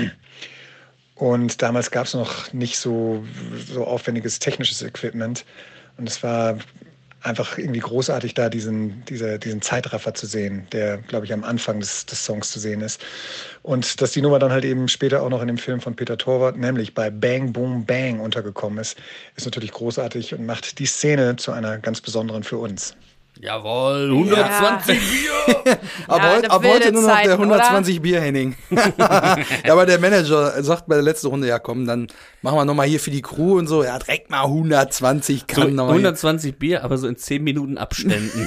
Und damals gab es noch nicht so, so aufwendiges technisches Equipment. Und es war einfach irgendwie großartig, da diesen, diese, diesen Zeitraffer zu sehen, der, glaube ich, am Anfang des, des Songs zu sehen ist. Und dass die Nummer dann halt eben später auch noch in dem Film von Peter Torwart, nämlich bei Bang Boom Bang untergekommen ist, ist natürlich großartig und macht die Szene zu einer ganz besonderen für uns. Jawohl, hundertzwanzig ja. Bier! aber ja, heute, ab heute nur noch Zeiten, der hundertzwanzig oder? Bier, Henning. Ja, aber der Manager sagt bei der letzten Runde, ja komm, dann machen wir nochmal hier für die Crew und so, ja direkt mal hundertzwanzig Gramm. So hundertzwanzig Bier, aber so in zehn Minuten Abständen.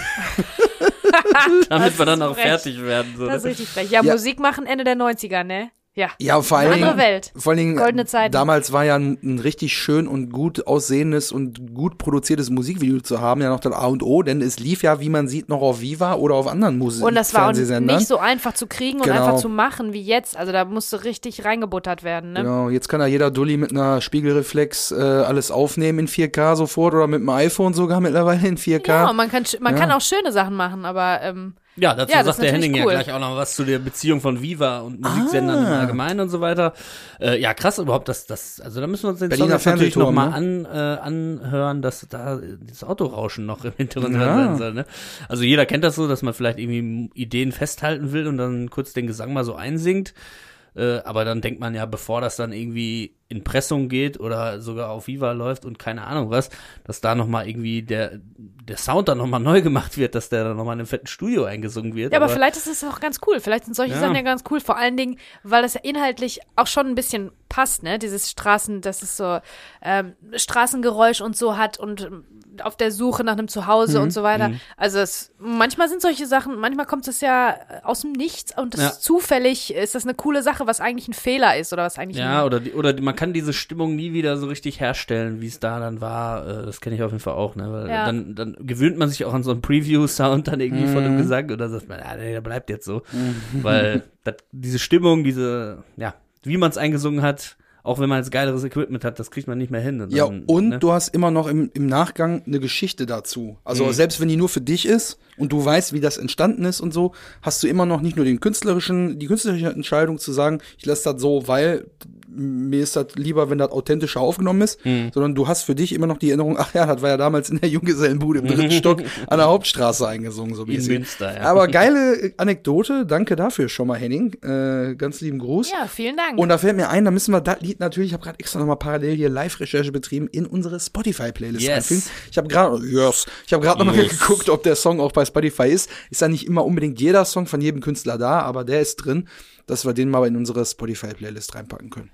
Damit wir dann auch frech. fertig werden. So, das ist ne? richtig frech. Ja, ja, Musik machen Ende der neunziger, ne? Ja, ja vor allen Andere Dingen, Welt. Vor allen Dingen, Goldene Zeiten. Damals war ja ein, ein richtig schön und gut aussehendes und gut produziertes Musikvideo zu haben, ja noch das A und O, denn es lief ja, wie man sieht, noch auf Viva oder auf anderen Musik. Und das war auch nicht so einfach zu kriegen und genau. einfach zu machen wie jetzt. Also da musste richtig reingebuttert werden, ne? Genau, jetzt kann ja jeder Dulli mit einer Spiegelreflex äh, alles aufnehmen in vier K sofort oder mit dem iPhone sogar mittlerweile in vier K. Ja, und man kann, man ja. kann auch schöne Sachen machen, aber ähm, ja, dazu ja, sagt der Henning cool. ja gleich auch noch was zu der Beziehung von Viva und Musiksendern ah. im Allgemeinen und so weiter. Äh, ja, krass überhaupt, dass das, also da müssen wir uns den Berliner Song natürlich nochmal ne? an, äh, anhören, dass da das Autorauschen noch im Hintergrund ja. sein soll. Ne? Also jeder kennt das so, dass man vielleicht irgendwie Ideen festhalten will und dann kurz den Gesang mal so einsingt. Äh, aber dann denkt man ja, bevor das dann irgendwie in Pressung geht oder sogar auf Viva läuft und keine Ahnung was, dass da nochmal irgendwie der, der Sound dann nochmal neu gemacht wird, dass der dann nochmal in einem fetten Studio eingesungen wird. Ja, aber, aber vielleicht ist es auch ganz cool. Vielleicht sind solche ja. Sachen ja ganz cool. Vor allen Dingen, weil das ja inhaltlich auch schon ein bisschen passt, ne? Dieses Straßen, dass es so ähm, Straßengeräusch und so hat und auf der Suche nach einem Zuhause mhm. und so weiter. Mhm. Also es, manchmal sind solche Sachen, manchmal kommt es ja aus dem Nichts und das ja. ist zufällig, ist das eine coole Sache, was eigentlich ein Fehler ist oder was eigentlich Ja, ein, oder, die, oder die, man kann diese Stimmung nie wieder so richtig herstellen, wie es da dann war. Das kenne ich auf jeden Fall auch, ne? Weil ja. dann, dann gewöhnt man sich auch an so einen Preview-Sound dann irgendwie mhm. von dem Gesang oder sagt man, ja, nee, der bleibt jetzt so. Mhm. Weil dat, diese Stimmung, diese, ja, wie man es eingesungen hat, auch wenn man jetzt geileres Equipment hat, das kriegt man nicht mehr hin. Und ja, dann, und ne? du hast immer noch im, im Nachgang eine Geschichte dazu. Also mhm. selbst wenn die nur für dich ist und du weißt, wie das entstanden ist und so, hast du immer noch nicht nur den künstlerischen, die künstlerische Entscheidung zu sagen, ich lasse das so, weil mir ist das lieber, wenn das authentischer aufgenommen ist, mhm. sondern du hast für dich immer noch die Erinnerung, ach ja, das war ja damals in der Junggesellenbude im dritten Stock an der Hauptstraße eingesungen, so wie in Münster, ja. Aber geile Anekdote, danke dafür schon mal, Henning, äh, ganz lieben Gruß. Ja, vielen Dank. Und da fällt mir ein, da müssen wir das Lied natürlich, ich habe gerade extra nochmal parallel hier Live-Recherche betrieben, in unsere Spotify-Playlist yes. einfügen. Ich habe gerade, yes, ich habe gerade nochmal yes. geguckt, ob der Song auch bei Spotify ist. Ist ja nicht immer unbedingt jeder Song von jedem Künstler da, aber der ist drin, dass wir den mal in unsere Spotify-Playlist reinpacken können.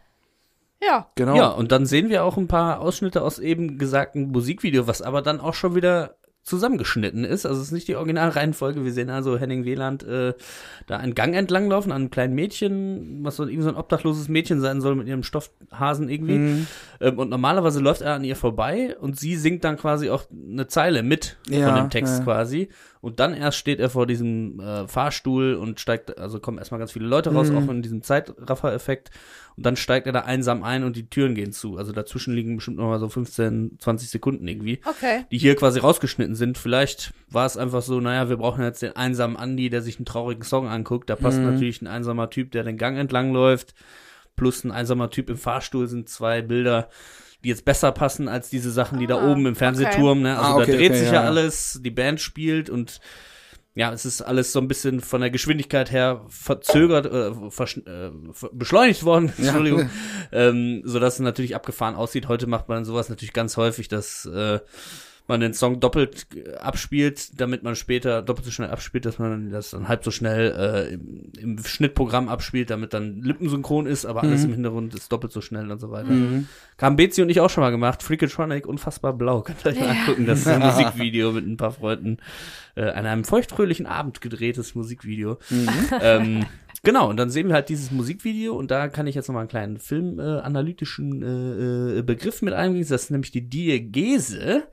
Ja. Genau. Ja, und dann sehen wir auch ein paar Ausschnitte aus eben gesagten Musikvideo, was aber dann auch schon wieder zusammengeschnitten ist. Also es ist nicht die Originalreihenfolge. Wir sehen also Henning Wieland äh, da einen Gang entlanglaufen an einem kleinen Mädchen, was so irgendwie so ein obdachloses Mädchen sein soll mit ihrem Stoffhasen irgendwie. Mhm. Ähm, und normalerweise läuft er an ihr vorbei und sie singt dann quasi auch eine Zeile mit ja, von dem Text ja. quasi. Und dann erst steht er vor diesem äh, Fahrstuhl und steigt, also kommen erstmal ganz viele Leute raus, mhm. auch in diesem Zeitraffer-Effekt. Und dann steigt er da einsam ein und die Türen gehen zu. Also dazwischen liegen bestimmt noch mal so fünfzehn, zwanzig Sekunden irgendwie, okay. die hier quasi rausgeschnitten sind. Vielleicht war es einfach so, naja, wir brauchen jetzt den einsamen Andi, der sich einen traurigen Song anguckt. Da passt mhm. natürlich ein einsamer Typ, der den Gang entlang läuft, plus ein einsamer Typ im Fahrstuhl, sind zwei Bilder, die jetzt besser passen als diese Sachen, die ah, da oben im Fernsehturm. Okay. Ne? Also ah, okay, da dreht okay, sich ja, ja alles, die Band spielt und ja, es ist alles so ein bisschen von der Geschwindigkeit her verzögert, äh, versch- äh, beschleunigt worden, Entschuldigung, ja. ähm, sodass es natürlich abgefahren aussieht. Heute macht man sowas natürlich ganz häufig, dass äh, man den Song doppelt abspielt, damit man später doppelt so schnell abspielt, dass man das dann halb so schnell äh, im, im Schnittprogramm abspielt, damit dann lippensynchron ist, aber alles mhm. im Hintergrund ist doppelt so schnell und so weiter. Mhm. Haben Bezi und ich auch schon mal gemacht. Freakatronic, unfassbar blau. Könnt ihr euch mal ja. angucken. Das ist ein Musikvideo mit ein paar Freunden. Äh, an einem feuchtfröhlichen Abend gedrehtes Musikvideo. Mhm. Ähm, genau, und dann sehen wir halt dieses Musikvideo und da kann ich jetzt nochmal einen kleinen filmanalytischen äh, äh, Begriff mit eingehen. Das ist nämlich die Diegese.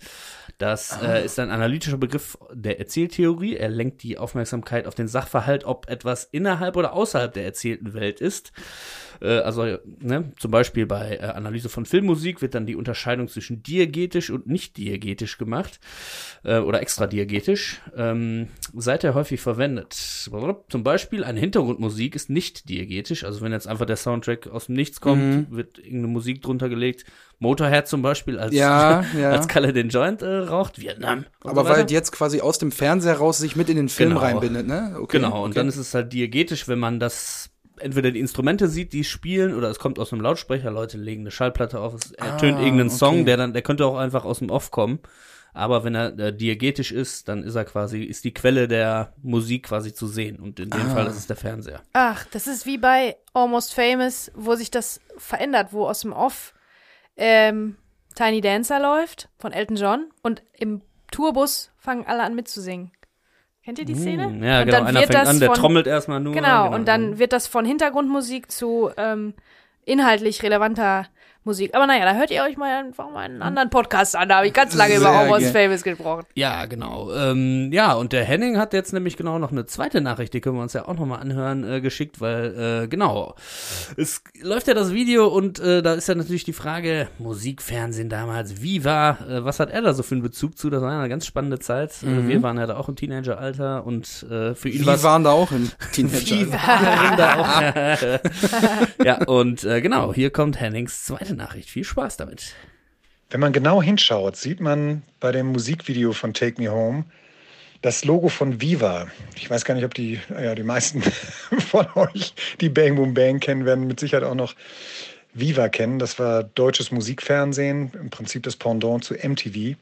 Das äh, ist ein analytischer Begriff der Erzähltheorie. Er lenkt die Aufmerksamkeit auf den Sachverhalt, ob etwas innerhalb oder außerhalb der erzählten Welt ist. Äh, also ne, zum Beispiel bei äh, Analyse von Filmmusik wird dann die Unterscheidung zwischen diegetisch und nicht diegetisch gemacht äh, oder extradiegetisch. Ähm, seither häufig verwendet. Zum Beispiel eine Hintergrundmusik ist nicht diegetisch. Also wenn jetzt einfach der Soundtrack aus dem Nichts kommt, mhm. wird irgendeine Musik drunter gelegt. Motorhead zum Beispiel, als, ja, ja. als Kalle den Joint äh, raucht, Vietnam. Aber so weil jetzt quasi aus dem Fernseher raus sich mit in den Film genau. reinbindet, ne? Okay, genau, und okay. dann ist es halt diegetisch, wenn man das entweder die Instrumente sieht, die spielen, oder es kommt aus einem Lautsprecher, Leute legen eine Schallplatte auf, es ertönt ah, irgendeinen okay. Song, der dann, der könnte auch einfach aus dem Off kommen. Aber wenn er äh, diegetisch ist, dann ist er quasi, ist die Quelle der Musik quasi zu sehen. Und in dem ah. Fall ist es der Fernseher. Ach, das ist wie bei Almost Famous, wo sich das verändert, wo aus dem Off ähm, Tiny Dancer läuft von Elton John und im Tourbus fangen alle an mitzusingen. Kennt ihr die Szene? Mm, ja, und genau, einer fängt an, der von, trommelt erstmal nur. Genau, genau, und dann wird das von Hintergrundmusik zu ähm, inhaltlich relevanter Musik. Aber naja, da hört ihr euch mal einfach mal einen anderen Podcast an. Da habe ich ganz lange Sehr über Almost Famous gesprochen. Ja, genau. Ähm, ja, und der Henning hat jetzt nämlich genau noch eine zweite Nachricht, die können wir uns ja auch nochmal anhören, äh, geschickt, weil, äh, genau, es läuft ja das Video und äh, da ist ja natürlich die Frage, Musikfernsehen damals, wie war, äh, was hat er da so für einen Bezug zu? Das war ja eine ganz spannende Zeit. Mhm. Äh, wir waren ja da auch im Teenageralter und äh, für ihn war Wir waren da auch im Teenageralter. waren da auch. Ja, und äh, genau, hier kommt Hennings zweite Nachricht. Viel Spaß damit. Wenn man genau hinschaut, sieht man bei dem Musikvideo von Take Me Home das Logo von Viva. Ich weiß gar nicht, ob die, ja, die meisten von euch, die Bang Boom Bang kennen, werden mit Sicherheit auch noch Viva kennen. Das war deutsches Musikfernsehen, im Prinzip das Pendant zu M T V.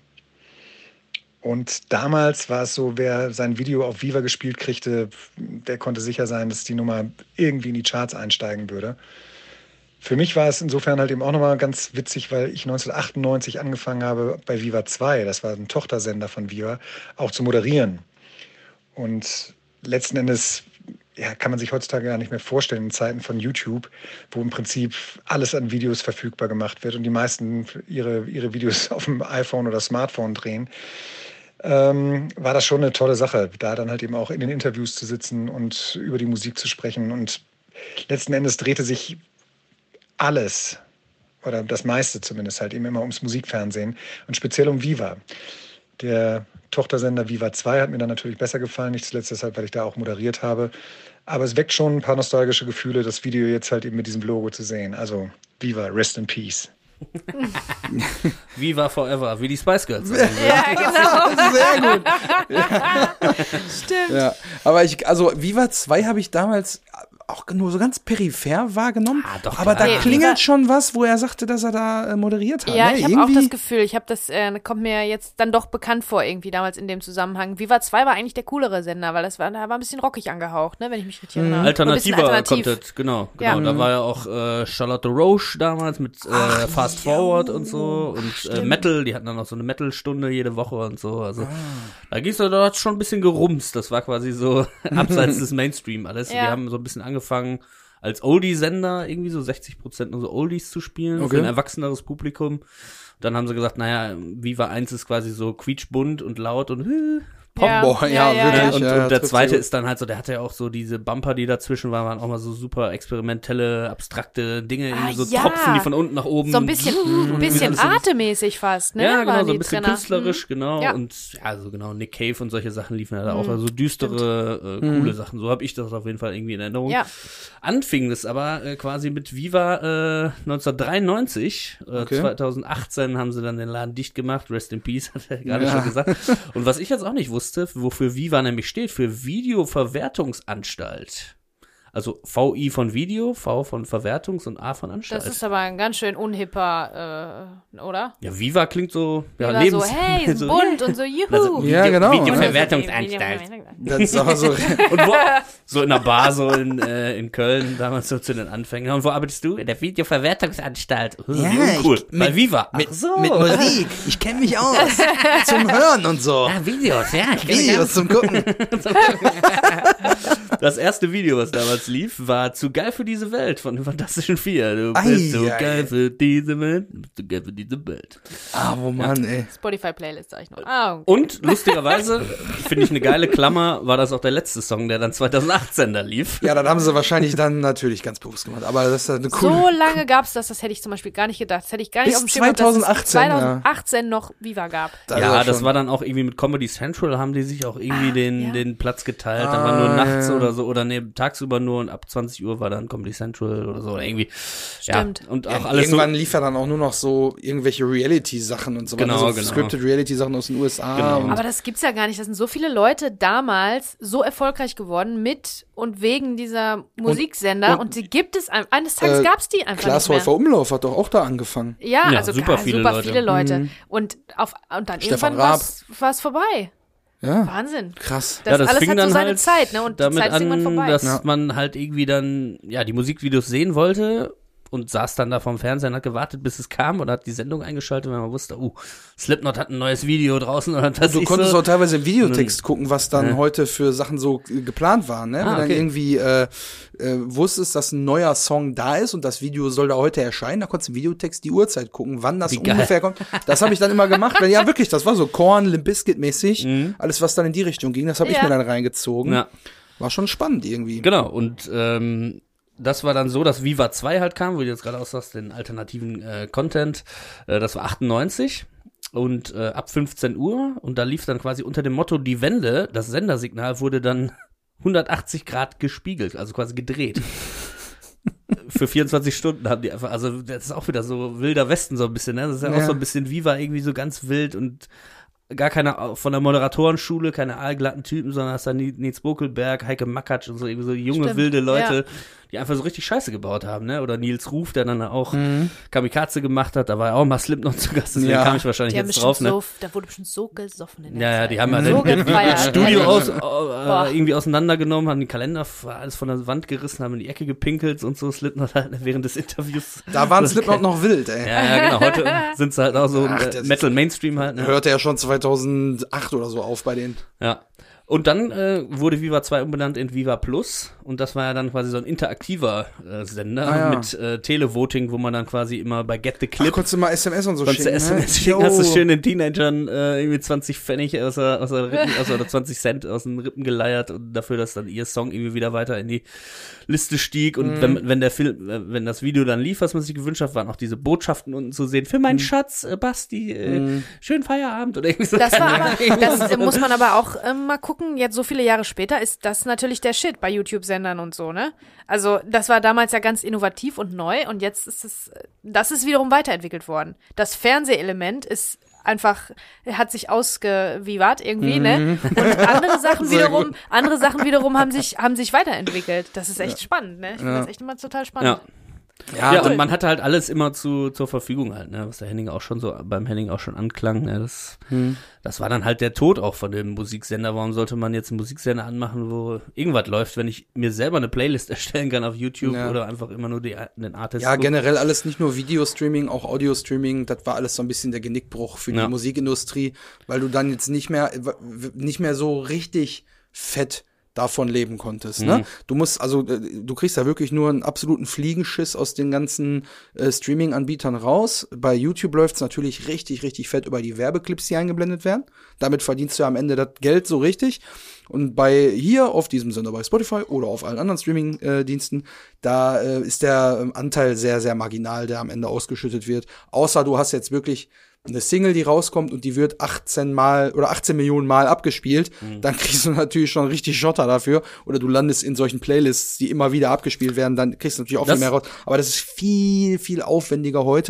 Und damals war es so, wer sein Video auf Viva gespielt kriegte, der konnte sicher sein, dass die Nummer irgendwie in die Charts einsteigen würde. Für mich war es insofern halt eben auch nochmal ganz witzig, weil ich neunzehnhundertachtundneunzig angefangen habe, bei Viva zwei, das war ein Tochtersender von Viva, auch zu moderieren. Und letzten Endes ja, kann man sich heutzutage gar nicht mehr vorstellen, in Zeiten von YouTube, wo im Prinzip alles an Videos verfügbar gemacht wird und die meisten ihre, ihre Videos auf dem iPhone oder Smartphone drehen, ähm, war das schon eine tolle Sache, da dann halt eben auch in den Interviews zu sitzen und über die Musik zu sprechen. Und letzten Endes drehte sich alles, oder das meiste zumindest, halt eben immer ums Musikfernsehen und speziell um Viva. Der Tochtersender Viva zwei hat mir dann natürlich besser gefallen, nicht zuletzt deshalb, weil ich da auch moderiert habe. Aber es weckt schon ein paar nostalgische Gefühle, das Video jetzt halt eben mit diesem Logo zu sehen. Also Viva, rest in peace. Viva forever, wie die Spice Girls. Ja, genau. Sehr gut. Ja. Stimmt. Ja, aber ich, also Viva zwei habe ich damals auch nur so ganz peripher wahrgenommen. Ah, doch, aber da nee, klingelt Viva schon was, wo er sagte, dass er da äh, moderiert hat. Ja, ne? ich habe auch das Gefühl, ich habe das, äh, kommt mir jetzt dann doch bekannt vor, irgendwie damals in dem Zusammenhang. Viva zwei war eigentlich der coolere Sender, weil das war, da war ein bisschen rockig angehaucht, ne, wenn ich mich richtig erinnere. Mhm. Alternativer alternativ. Content, genau. genau. Ja. Da war ja auch äh, Charlotte Roche damals mit äh, Ach, Fast ja. Forward und so und äh, Metal, die hatten dann noch so eine Metal-Stunde jede Woche und so. Also ah. da ging's da, da hat schon ein bisschen gerumst. Das war quasi so abseits des Mainstream alles. Ja. Wir haben so ein bisschen angefangen, als Oldie-Sender irgendwie so sechzig Prozent nur so Oldies zu spielen, okay. für ein erwachseneres Publikum. Dann haben sie gesagt, naja, Viva eins ist quasi so quietschbunt und laut und äh, Pop. Ja, Boah, ja, ja, wirklich. Und, ja, und der zweite ist dann halt so, der hatte ja auch so diese Bumper, die dazwischen waren, waren auch mal so super experimentelle, abstrakte Dinge, ah, so ja. Tropfen, die von unten nach oben. So ein bisschen, ein bisschen artemäßig fast, ne? Ja, genau, so ein bisschen Trainer. künstlerisch, genau. Ja. Und ja, so genau, Nick Cave und solche Sachen liefen ja da auch, also düstere, äh, coole mhm. Sachen. So habe ich das auf jeden Fall irgendwie in Erinnerung. Ja. Anfing das aber äh, quasi mit Viva äh, neunzehnhundertdreiundneunzig. Äh, okay. zweitausendachtzehn haben sie dann den Laden dicht gemacht. Rest in Peace, hat er gerade ja. schon gesagt. Und was ich jetzt auch nicht wusste, wofür Viva Viva nämlich steht, für Videoverwertungsanstalt. Also V I von Video, V von Verwertungs- und A von Anstalt. Das ist aber ein ganz schön unhipper, äh, oder? Ja, Viva klingt so, ja, Viva Lebens... so, hey, ist so, bunt und so, juhu. Also, Ja, Video, genau. Videoverwertungsanstalt. Das ist aber so. Und wo, so in einer Bar, so in, äh, in Köln, damals so zu den Anfängen. Und wo arbeitest du? In der Videoverwertungsanstalt. Oh, Ja, cool. ich- Bei mit- Viva. Mit, Ach so. mit Musik. Ich kenne mich aus. Zum Hören und so. Ah, Videos, ja. Ich kenn mich Videos zum Gucken. Das erste Video, was damals lief, war Zu geil für diese Welt von den Fantastischen Vier. Du Ei, bist so ei, geil ei. für diese Welt, du bist so geil für diese Welt. Ah, wo Mann, ey. Spotify-Playlist, sag ich nur. Ah, okay. Und lustigerweise, finde ich eine geile Klammer, war das auch der letzte Song, der dann zwanzig achtzehn da lief. Ja, dann haben sie wahrscheinlich dann natürlich ganz bewusst gemacht. Aber das ist eine coole. So lange gab's das, das hätte ich zum Beispiel gar nicht gedacht. Das hätte ich gar nicht Bis auf dem Schirm gehabt, dass es zwanzig achtzehn, ja. zwanzig achtzehn noch Viva gab. Das Ja, ist das schon- war dann auch irgendwie mit Comedy Central, haben die sich auch irgendwie Ah, den, ja. den Platz geteilt. Da Ah, war nur nachts ja. oder so, oder nee, tagsüber nur und ab zwanzig Uhr war dann Comedy Central oder so, oder irgendwie. Stimmt. Ja, und auch Ja, alles irgendwann so. lief ja dann auch nur noch so irgendwelche Reality-Sachen und so weiter. Genau, so genau. Scripted Reality-Sachen aus den U S A. Genau. Und Aber das gibt's ja gar nicht. Da sind so viele Leute damals so erfolgreich geworden mit und wegen dieser Musiksender. Und, und- die gibt es, ein- eines Tages Äh, gab's die einfach Klaas nicht mehr. Häufer Umlauf hat doch auch da angefangen. Ja, Ja, also super super, viele super Leute. viele Leute. Mhm. Und, auf, und dann Stefan irgendwann Raab. war es vorbei. Ja, Wahnsinn. krass. Das, ja, das alles fing hat dann so seine halt Zeit, ne? Und die damit Zeit ist irgendwann an, vorbei. dass Ja. man halt irgendwie dann, ja, die Musikvideos sehen wollte und saß dann da vorm Fernseher und hat gewartet, bis es kam und hat die Sendung eingeschaltet, wenn man wusste, uh, Slipknot hat ein neues Video draußen oder das Du ist konntest so. auch teilweise im Videotext gucken, was dann Ja. heute für Sachen so äh, geplant waren. Ne? Ah, Wenn dann okay. irgendwie äh, äh, wusstest, dass ein neuer Song da ist und das Video soll da heute erscheinen, da konntest du im Videotext die Uhrzeit gucken, wann das Wie geil. ungefähr kommt. Das habe ich dann immer gemacht. Weil, ja, wirklich, das war so Korn, Limp Bizkit-mäßig. Alles, was dann in die Richtung ging, das habe ich Ja. mir dann reingezogen. Ja. War schon spannend irgendwie. Genau, und ähm, das war dann so, dass Viva zwei halt kam, wo du jetzt gerade aussagst, den alternativen äh, Content. Äh, das war achtundneunzig und äh, ab fünfzehn Uhr und da lief dann quasi unter dem Motto die Wende, das Sendersignal wurde dann hundertachtzig Grad gespiegelt, also quasi gedreht. Für vierundzwanzig Stunden haben die einfach, also das ist auch wieder so wilder Westen so ein bisschen, ne? Das ist ja, Ja. auch so ein bisschen Viva irgendwie so ganz wild und gar keine von der Moderatorenschule, keine aalglatten Typen, sondern hast da Nils Bokelberg, Heike Makatsch und so, irgendwie so junge, Stimmt, wilde Leute, ja. die einfach so richtig Scheiße gebaut haben, ne? Oder Nils Ruf, der dann auch Mhm. Kamikaze gemacht hat, da war ja auch mal Slipknot zu Gast, deswegen Ja. kam ich wahrscheinlich Die haben jetzt bestimmt drauf, ne? so, da wurde bestimmt so gesoffen in der Ja, ja, Zeit. die haben ja so den, den gefeiert. Studio ehrlich. aus, Boah. äh, irgendwie auseinandergenommen, haben den Kalender f- alles von der Wand gerissen, haben in die Ecke gepinkelt und so, Slipknot halt während des Interviews. Da waren Das- Slipknot noch wild, ey. Ja, ja, genau, heute sind sie halt auch so Ach, äh, das- Metal Mainstream halt, ne? Hörte ja schon zweitausendacht oder so auf bei denen. Ja. Und dann äh, wurde Viva zwei umbenannt in Viva Plus und das war ja dann quasi so ein interaktiver äh, Sender Ah, ja. mit äh, Televoting, wo man dann quasi immer bei Get the Ach, Clip konntest du mal S M S und so konntest du schicken, S M S ne? schicken, hast du Jo. schön den Teenagern äh, irgendwie zwanzig Pfennig aus der, aus der Rippen, aus, oder zwanzig Cent aus den Rippen geleiert und dafür, dass dann ihr Song irgendwie wieder weiter in die Liste stieg und Mhm. wenn, wenn der Film, äh, wenn das Video dann lief, was man sich gewünscht hat, waren auch diese Botschaften unten zu sehen, für meinen Schatz, äh, Basti, äh, Mhm. schönen Feierabend oder irgendwie so. Das war aber, das äh, muss man aber auch ähm, mal gucken, jetzt so viele Jahre später ist das natürlich der Shit bei YouTube-Sendern und so, ne? Also das war damals ja ganz innovativ und neu und jetzt ist es, das ist wiederum weiterentwickelt worden. Das Fernsehelement ist einfach, hat sich ausgewiewert irgendwie, ne? Und andere Sachen Sehr wiederum, gut. andere Sachen wiederum haben sich, haben sich weiterentwickelt. Das ist echt spannend, ne? Ich finde Ja. das echt immer total spannend. Ja. Ja, Ja, dann- und man hatte halt alles immer zu, zur Verfügung halt, ne, was der Henning auch schon so, beim Henning auch schon anklang, ne, das, Hm. das war dann halt der Tod auch von dem Musiksender. Warum sollte man jetzt einen Musiksender anmachen, wo irgendwas läuft, wenn ich mir selber eine Playlist erstellen kann auf YouTube Ja. oder einfach immer nur die, den Artist Ja, guck? generell alles, nicht nur Videostreaming, auch Audio-Streaming, das war alles so ein bisschen der Genickbruch für die Ja. Musikindustrie, weil du dann jetzt nicht mehr, w- nicht mehr so richtig fett davon leben konntest, Mhm. ne? Du musst, also, äh, du kriegst da wirklich nur einen absoluten Fliegenschiss aus den ganzen äh, Streaming-Anbietern raus. Bei YouTube läuft's natürlich richtig, richtig fett über die Werbeclips, die eingeblendet werden. Damit verdienst du ja am Ende das Geld so richtig. Und bei hier auf diesem Sender, bei Spotify oder auf allen anderen Streaming-Diensten, da äh, ist der ähm, Anteil sehr, sehr marginal, der am Ende ausgeschüttet wird. Außer du hast jetzt wirklich eine Single, die rauskommt und die wird achtzehn Mal oder achtzehn Millionen Mal abgespielt, dann kriegst du natürlich schon richtig Schotter dafür. Oder du landest in solchen Playlists, die immer wieder abgespielt werden, dann kriegst du natürlich auch Das- viel mehr raus. Aber das ist viel, viel aufwendiger heute,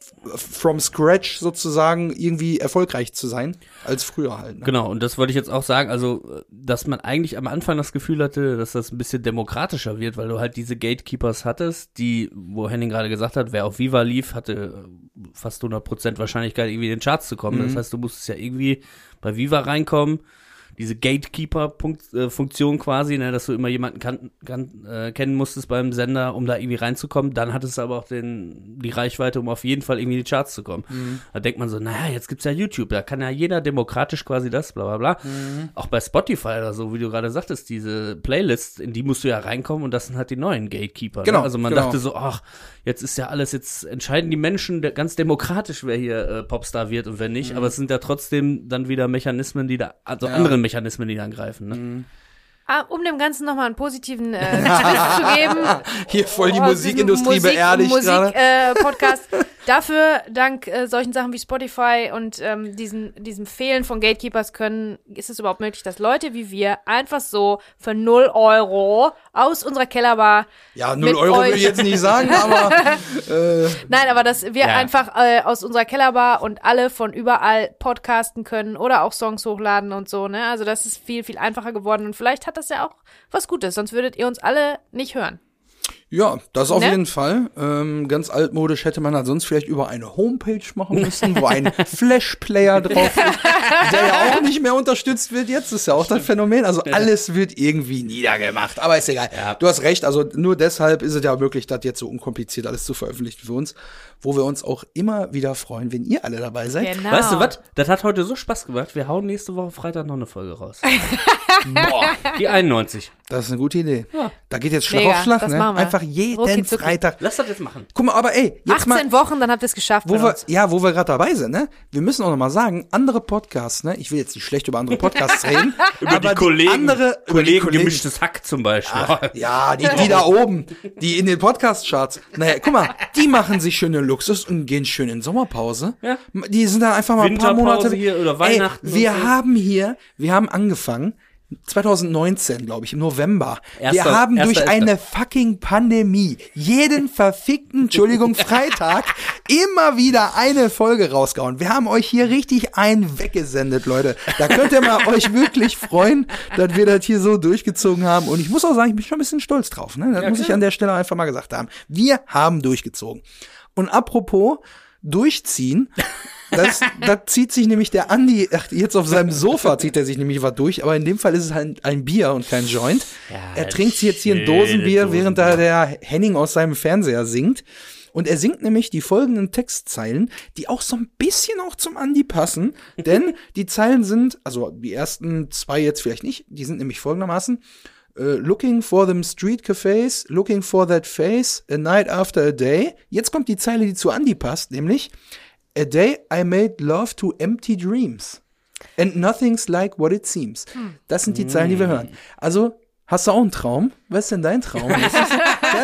from scratch sozusagen irgendwie erfolgreich zu sein, als früher halt. Ne? Genau, und das wollte ich jetzt auch sagen, also, dass man eigentlich am Anfang das Gefühl hatte, dass das ein bisschen demokratischer wird, weil du halt diese Gatekeepers hattest, die, wo Henning gerade gesagt hat, wer auf Viva lief, hatte fast hundert Prozent Wahrscheinlichkeit, irgendwie in den Charts zu kommen. Mhm. Das heißt, du musstest ja irgendwie bei Viva reinkommen, diese Gatekeeper-Funktion quasi, ne, dass du immer jemanden kan- kan- äh, kennen musstest beim Sender, um da irgendwie reinzukommen. Dann hattest du aber auch den, die Reichweite, um auf jeden Fall irgendwie in die Charts zu kommen. Mhm. Da denkt man so, naja, jetzt gibt's ja YouTube, da kann ja jeder demokratisch quasi das, bla bla bla. Mhm. Auch bei Spotify oder so, wie du gerade sagtest, diese Playlists, in die musst du ja reinkommen und das sind halt die neuen Gatekeeper. Genau, ne? Also man genau. dachte so, ach, jetzt ist ja alles, jetzt entscheiden die Menschen de- ganz demokratisch, wer hier äh, Popstar wird und wer nicht. Mhm. Aber es sind ja trotzdem dann wieder Mechanismen, die da, also ja. andere Mechanismen, die dann greifen. Ne? Mhm. Ah, um dem Ganzen nochmal einen positiven äh, Twist zu geben. Hier voll die oh, Musikindustrie Musik, beerdigt Musik, gerade. äh, Podcast. Dafür, dank äh, solchen Sachen wie Spotify und ähm, diesen, diesem Fehlen von Gatekeepers können, ist es überhaupt möglich, dass Leute wie wir einfach so für null Euro aus unserer Kellerbar Ja, null Euro will ich jetzt nicht sagen, aber äh, Nein, aber dass wir Ja. einfach äh, aus unserer Kellerbar und alle von überall podcasten können oder auch Songs hochladen und so, ne? Also das ist viel, viel einfacher geworden und vielleicht hat das ja auch was Gutes, sonst würdet ihr uns alle nicht hören. ja, das auf Ne? jeden Fall. Ähm, ganz altmodisch hätte man halt sonst vielleicht über eine Homepage machen müssen, wo ein Flash-Player drauf ist, der ja auch nicht mehr unterstützt wird jetzt. Das ist ja auch das Phänomen. Also alles wird irgendwie niedergemacht. Aber ist egal. Ja. Du hast recht. Also nur deshalb ist es ja möglich, das jetzt so unkompliziert alles zu veröffentlichen für uns, wo wir uns auch immer wieder freuen, wenn ihr alle dabei seid. Genau. Weißt du was? Das hat heute so Spaß gemacht. Wir hauen nächste Woche Freitag noch eine Folge raus. Boah, die einundneunzig. Das ist eine gute Idee. Ja. Da geht jetzt Schlag Mega, auf Schlag, das ne? machen wir. Einfach jeden Rucki zucki. Freitag. Lass das jetzt machen. Guck mal, aber ey, jetzt mal, achtzehn Wochen, dann habt ihr es geschafft. wo mit wir, uns. ja, wo wir gerade dabei sind, ne? Wir müssen auch noch mal sagen, andere Podcasts, ne? Ich will jetzt nicht schlecht über andere Podcasts reden, Über aber die Kollegen, andere, über Kollegen, die Kollegen, gemischtes Hack zum Beispiel. Ach, ja, die, die da oben, die in den Podcast-Charts. Naja, guck mal, die machen sich schön in Luxus und gehen schön in Sommerpause. Ja. Die sind da einfach mal ein paar Winterpause Monate. hier oder Weihnachten Ey, wir und so. haben hier, wir haben angefangen, zwanzig neunzehn, glaube ich, im November. wir Erster- haben erster durch Elfter. eine fucking Pandemie jeden verfickten, Entschuldigung, Freitag immer wieder eine Folge rausgehauen. Wir haben euch hier richtig einen weggesendet, Leute. Da könnt ihr mal euch wirklich freuen, dass wir das hier so durchgezogen haben. Und ich muss auch sagen, ich bin schon ein bisschen stolz drauf. Ne? Das Ja, muss ich klar. an der Stelle einfach mal gesagt haben. Wir haben durchgezogen. Und apropos durchziehen, das, da zieht sich nämlich der Andi, ach, jetzt auf seinem Sofa zieht er sich nämlich was durch, aber in dem Fall ist es halt ein Bier und kein Joint. Ja, er trinkt sich jetzt hier ein schöne Dosenbier, während da Dosenbier. der Henning aus seinem Fernseher singt. Und er singt nämlich die folgenden Textzeilen, die auch so ein bisschen auch zum Andi passen, denn die Zeilen sind, also die ersten zwei jetzt vielleicht nicht, die sind nämlich folgendermaßen: Uh, looking for them street cafes, looking for that face, a night after a day. Jetzt kommt die Zeile, die zu Andy passt, nämlich: A day I made love to empty dreams. And nothing's like what it seems. Das sind die Zeilen, die wir hören. Also, hast du auch einen Traum? Was ist denn dein Traum? Das ist,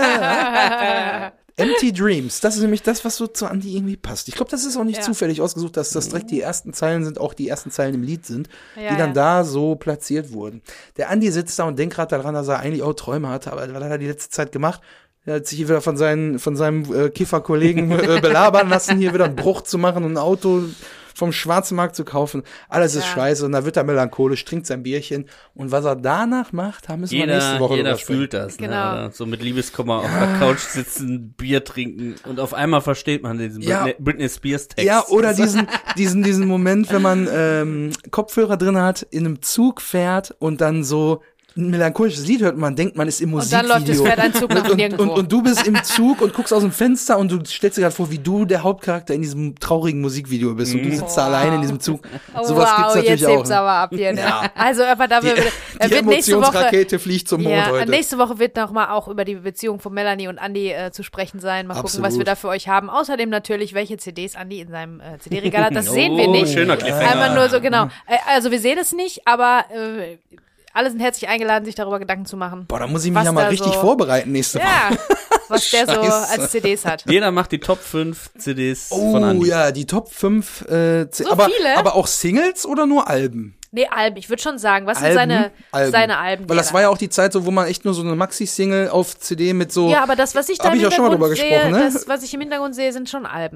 ja, Empty Dreams, das ist nämlich das, was so zu Andy irgendwie passt. Ich glaube, das ist auch nicht Ja. zufällig ausgesucht, dass das direkt die ersten Zeilen sind, auch die ersten Zeilen im Lied sind, Ja, die dann ja. da so platziert wurden. Der Andy sitzt da und denkt gerade daran, dass er eigentlich auch Träume hatte, aber was hat er die letzte Zeit gemacht? Er hat sich hier wieder von seinen, von seinem äh, Kifferkollegen äh, belabern lassen, hier wieder einen Bruch zu machen und ein Auto vom Schwarzmarkt zu kaufen. Alles ist Ja. scheiße und da wird er melancholisch, trinkt sein Bierchen und was er danach macht, da müssen wir nächste Jeder, Woche jeder drüber sprechen. fühlt das, Genau. ne? Oder so mit Liebeskummer auf der Couch sitzen, Bier trinken und auf einmal versteht man diesen Ja. Britney, Britney Spears Text. Ja, oder diesen, diesen, diesen Moment, wenn man ähm, Kopfhörer drin hat, in einem Zug fährt und dann so ein melancholisches Lied hört und man denkt, man ist im Und dann Musikvideo. läuft es fährt ein Zug nach und, und, nirgendwo. und, und du bist im Zug und guckst aus dem Fenster und du stellst dir gerade vor, wie du der Hauptcharakter in diesem traurigen Musikvideo bist und du sitzt da Wow. alleine in diesem Zug. Oh, Sowas gibt's wow, natürlich jetzt auch. hebt's aber ab hier. Ne? Ja. Also, aber da Die, wird, er die wird nächste Woche, Emotionsrakete fliegt zum Mond ja, heute. nächste Woche wird noch mal auch über die Beziehung von Melanie und Andy äh, zu sprechen sein. Mal gucken, Absolut. was wir da für euch haben. Außerdem natürlich, welche C Ds Andy in seinem äh, C D-Regal hat. Das sehen wir Oh, nicht. schöner Cliffhanger. Einmal nur so, genau. Äh, also wir sehen es nicht, aber äh, alle sind herzlich eingeladen, sich darüber Gedanken zu machen. Boah, da muss ich mich was ja mal da richtig so- vorbereiten nächste Woche. Ja, was der so Scheiße. als C Ds hat. Jeder macht die Top fünf C Ds von Oh Andy. ja, die Top fünf. Äh, C- So aber, viele? aber auch Singles oder nur Alben? Nee, Alben. Ich würde schon sagen, was sind Alben, seine Alben. seine Alben? Weil die das er war ja hat? auch die Zeit, so, wo man echt nur so eine Maxi-Single auf C D mit so. Ja, aber das, was ich da Hab im ich ja schon mal Hintergrund drüber sehe, gesprochen, ne? das, was ich im Hintergrund sehe, sind schon Alben.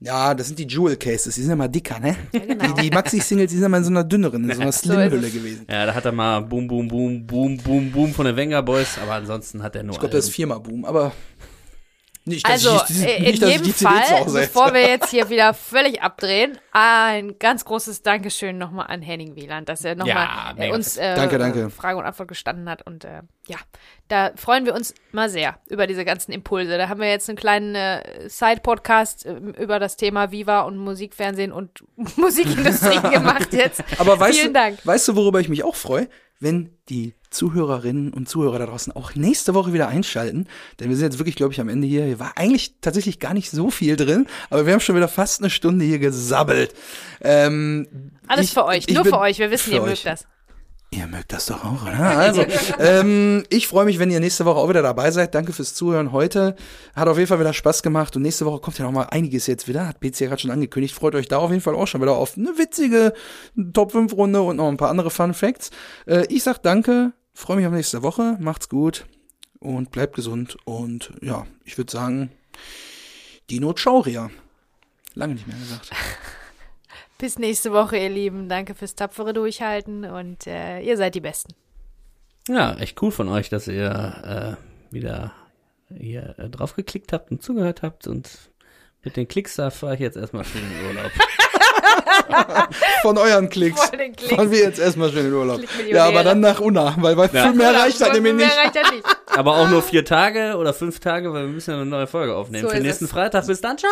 Ja, das sind die Jewel Cases, die sind ja mal dicker, ne? Ja, genau. Die, die Maxi-Singles, die sind ja mal in so einer dünneren, in so einer Slim-Hülle gewesen. Ja, da hat er mal Boom, Boom, Boom, Boom, Boom, Boom von den Wenger Boys, aber ansonsten hat er nur Ich glaube, das ist viermal Boom, aber nicht, dass Also, ich, nicht, in nicht, dass jedem ich die C D zu Fall, Hause bevor hätte. wir jetzt hier wieder völlig abdrehen, ein ganz großes Dankeschön nochmal an Henning Wieland, dass er nochmal Ja, äh, mega uns äh, Danke, danke. Frage und Antwort gestanden hat. Und äh, ja, da freuen wir uns mal sehr über diese ganzen Impulse. Da haben wir jetzt einen kleinen äh, Side-Podcast äh, über das Thema Viva und Musikfernsehen und Musikindustrie gemacht jetzt. Aber weißt Vielen du, Dank. weißt du, worüber ich mich auch freue? Wenn die Zuhörerinnen und Zuhörer da draußen auch nächste Woche wieder einschalten, denn wir sind jetzt wirklich, glaube ich, am Ende hier. Hier war eigentlich tatsächlich gar nicht so viel drin, aber wir haben schon wieder fast eine Stunde hier gesabbelt. Ähm, Alles ich, für euch, ich nur bin- für euch. Wir wissen, für ihr euch. mögt das. Ihr mögt das doch auch, oder? Also, ähm, ich freue mich, wenn ihr nächste Woche auch wieder dabei seid. Danke fürs Zuhören heute. Hat auf jeden Fall wieder Spaß gemacht und nächste Woche kommt ja noch mal einiges jetzt wieder. Hat B C ja gerade schon angekündigt. Freut euch da auf jeden Fall auch schon wieder auf eine witzige Top fünf Runde und noch ein paar andere Fun Facts. Äh, ich sag danke, freue mich auf nächste Woche. Macht's gut und bleibt gesund. Und ja, ich würde sagen, Dino Chauria. Lange nicht mehr gesagt. Bis nächste Woche, ihr Lieben. Danke fürs tapfere Durchhalten und äh, ihr seid die Besten. Ja, echt cool von euch, dass ihr äh, wieder hier äh, drauf geklickt habt und zugehört habt und mit den Klicks da fahre ich jetzt erstmal schön in Urlaub. Von euren Klicks. Von den Klicks. Fahren wir jetzt erstmal schön in Urlaub. Klickmillionäre. Ja, aber dann nach Unna, weil, weil Ja. viel mehr reicht halt nämlich Mehr nicht. reicht ja nicht. Aber auch nur vier Tage oder fünf Tage, weil wir müssen ja eine neue Folge aufnehmen. So Für den ist nächsten es. Freitag. Bis dann, ciao!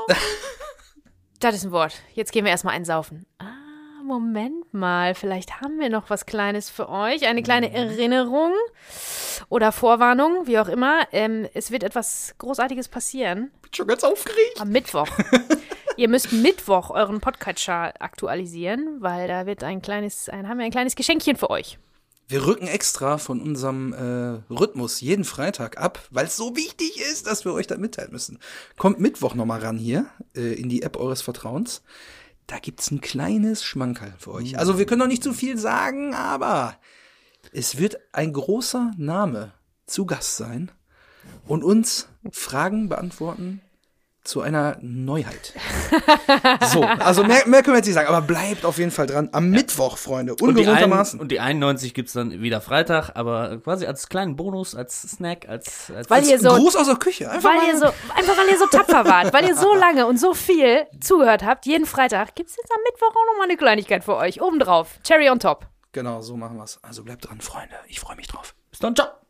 Das ist ein Wort. Jetzt gehen wir erstmal einsaufen. Ah, Moment mal. Vielleicht haben wir noch was Kleines für euch. Eine kleine Erinnerung oder Vorwarnung, wie auch immer. Ähm, es wird etwas Großartiges passieren Bin schon ganz aufgeregt. am Mittwoch. Ihr müsst Mittwoch euren Podcast-Chart aktualisieren, weil da wird ein kleines, ein, haben wir ein kleines Geschenkchen für euch. Wir rücken extra von unserem äh, Rhythmus jeden Freitag ab, weil es so wichtig ist, dass wir euch das mitteilen müssen. Kommt Mittwoch nochmal ran hier äh, in die App eures Vertrauens. Da gibt's ein kleines Schmankerl für euch. Also wir können noch nicht zu viel sagen, aber es wird ein großer Name zu Gast sein und uns Fragen beantworten zu einer Neuheit. So, also mehr, mehr können wir jetzt nicht sagen, aber bleibt auf jeden Fall dran. Am Mittwoch, Freunde, Und die, ein, ungewohntermaßen. und die einundneunzig gibt's dann wieder Freitag, aber quasi als kleinen Bonus, als Snack, als, als Weil ihr so, Gruß aus der Küche. Einfach weil mal. ihr so, einfach weil ihr so tapfer wart, weil ihr so lange und so viel zugehört habt, jeden Freitag gibt's jetzt am Mittwoch auch nochmal eine Kleinigkeit für euch. Obendrauf. Cherry on top. Genau, so machen wir's. Also bleibt dran, Freunde. Ich freue mich drauf. Bis dann, ciao!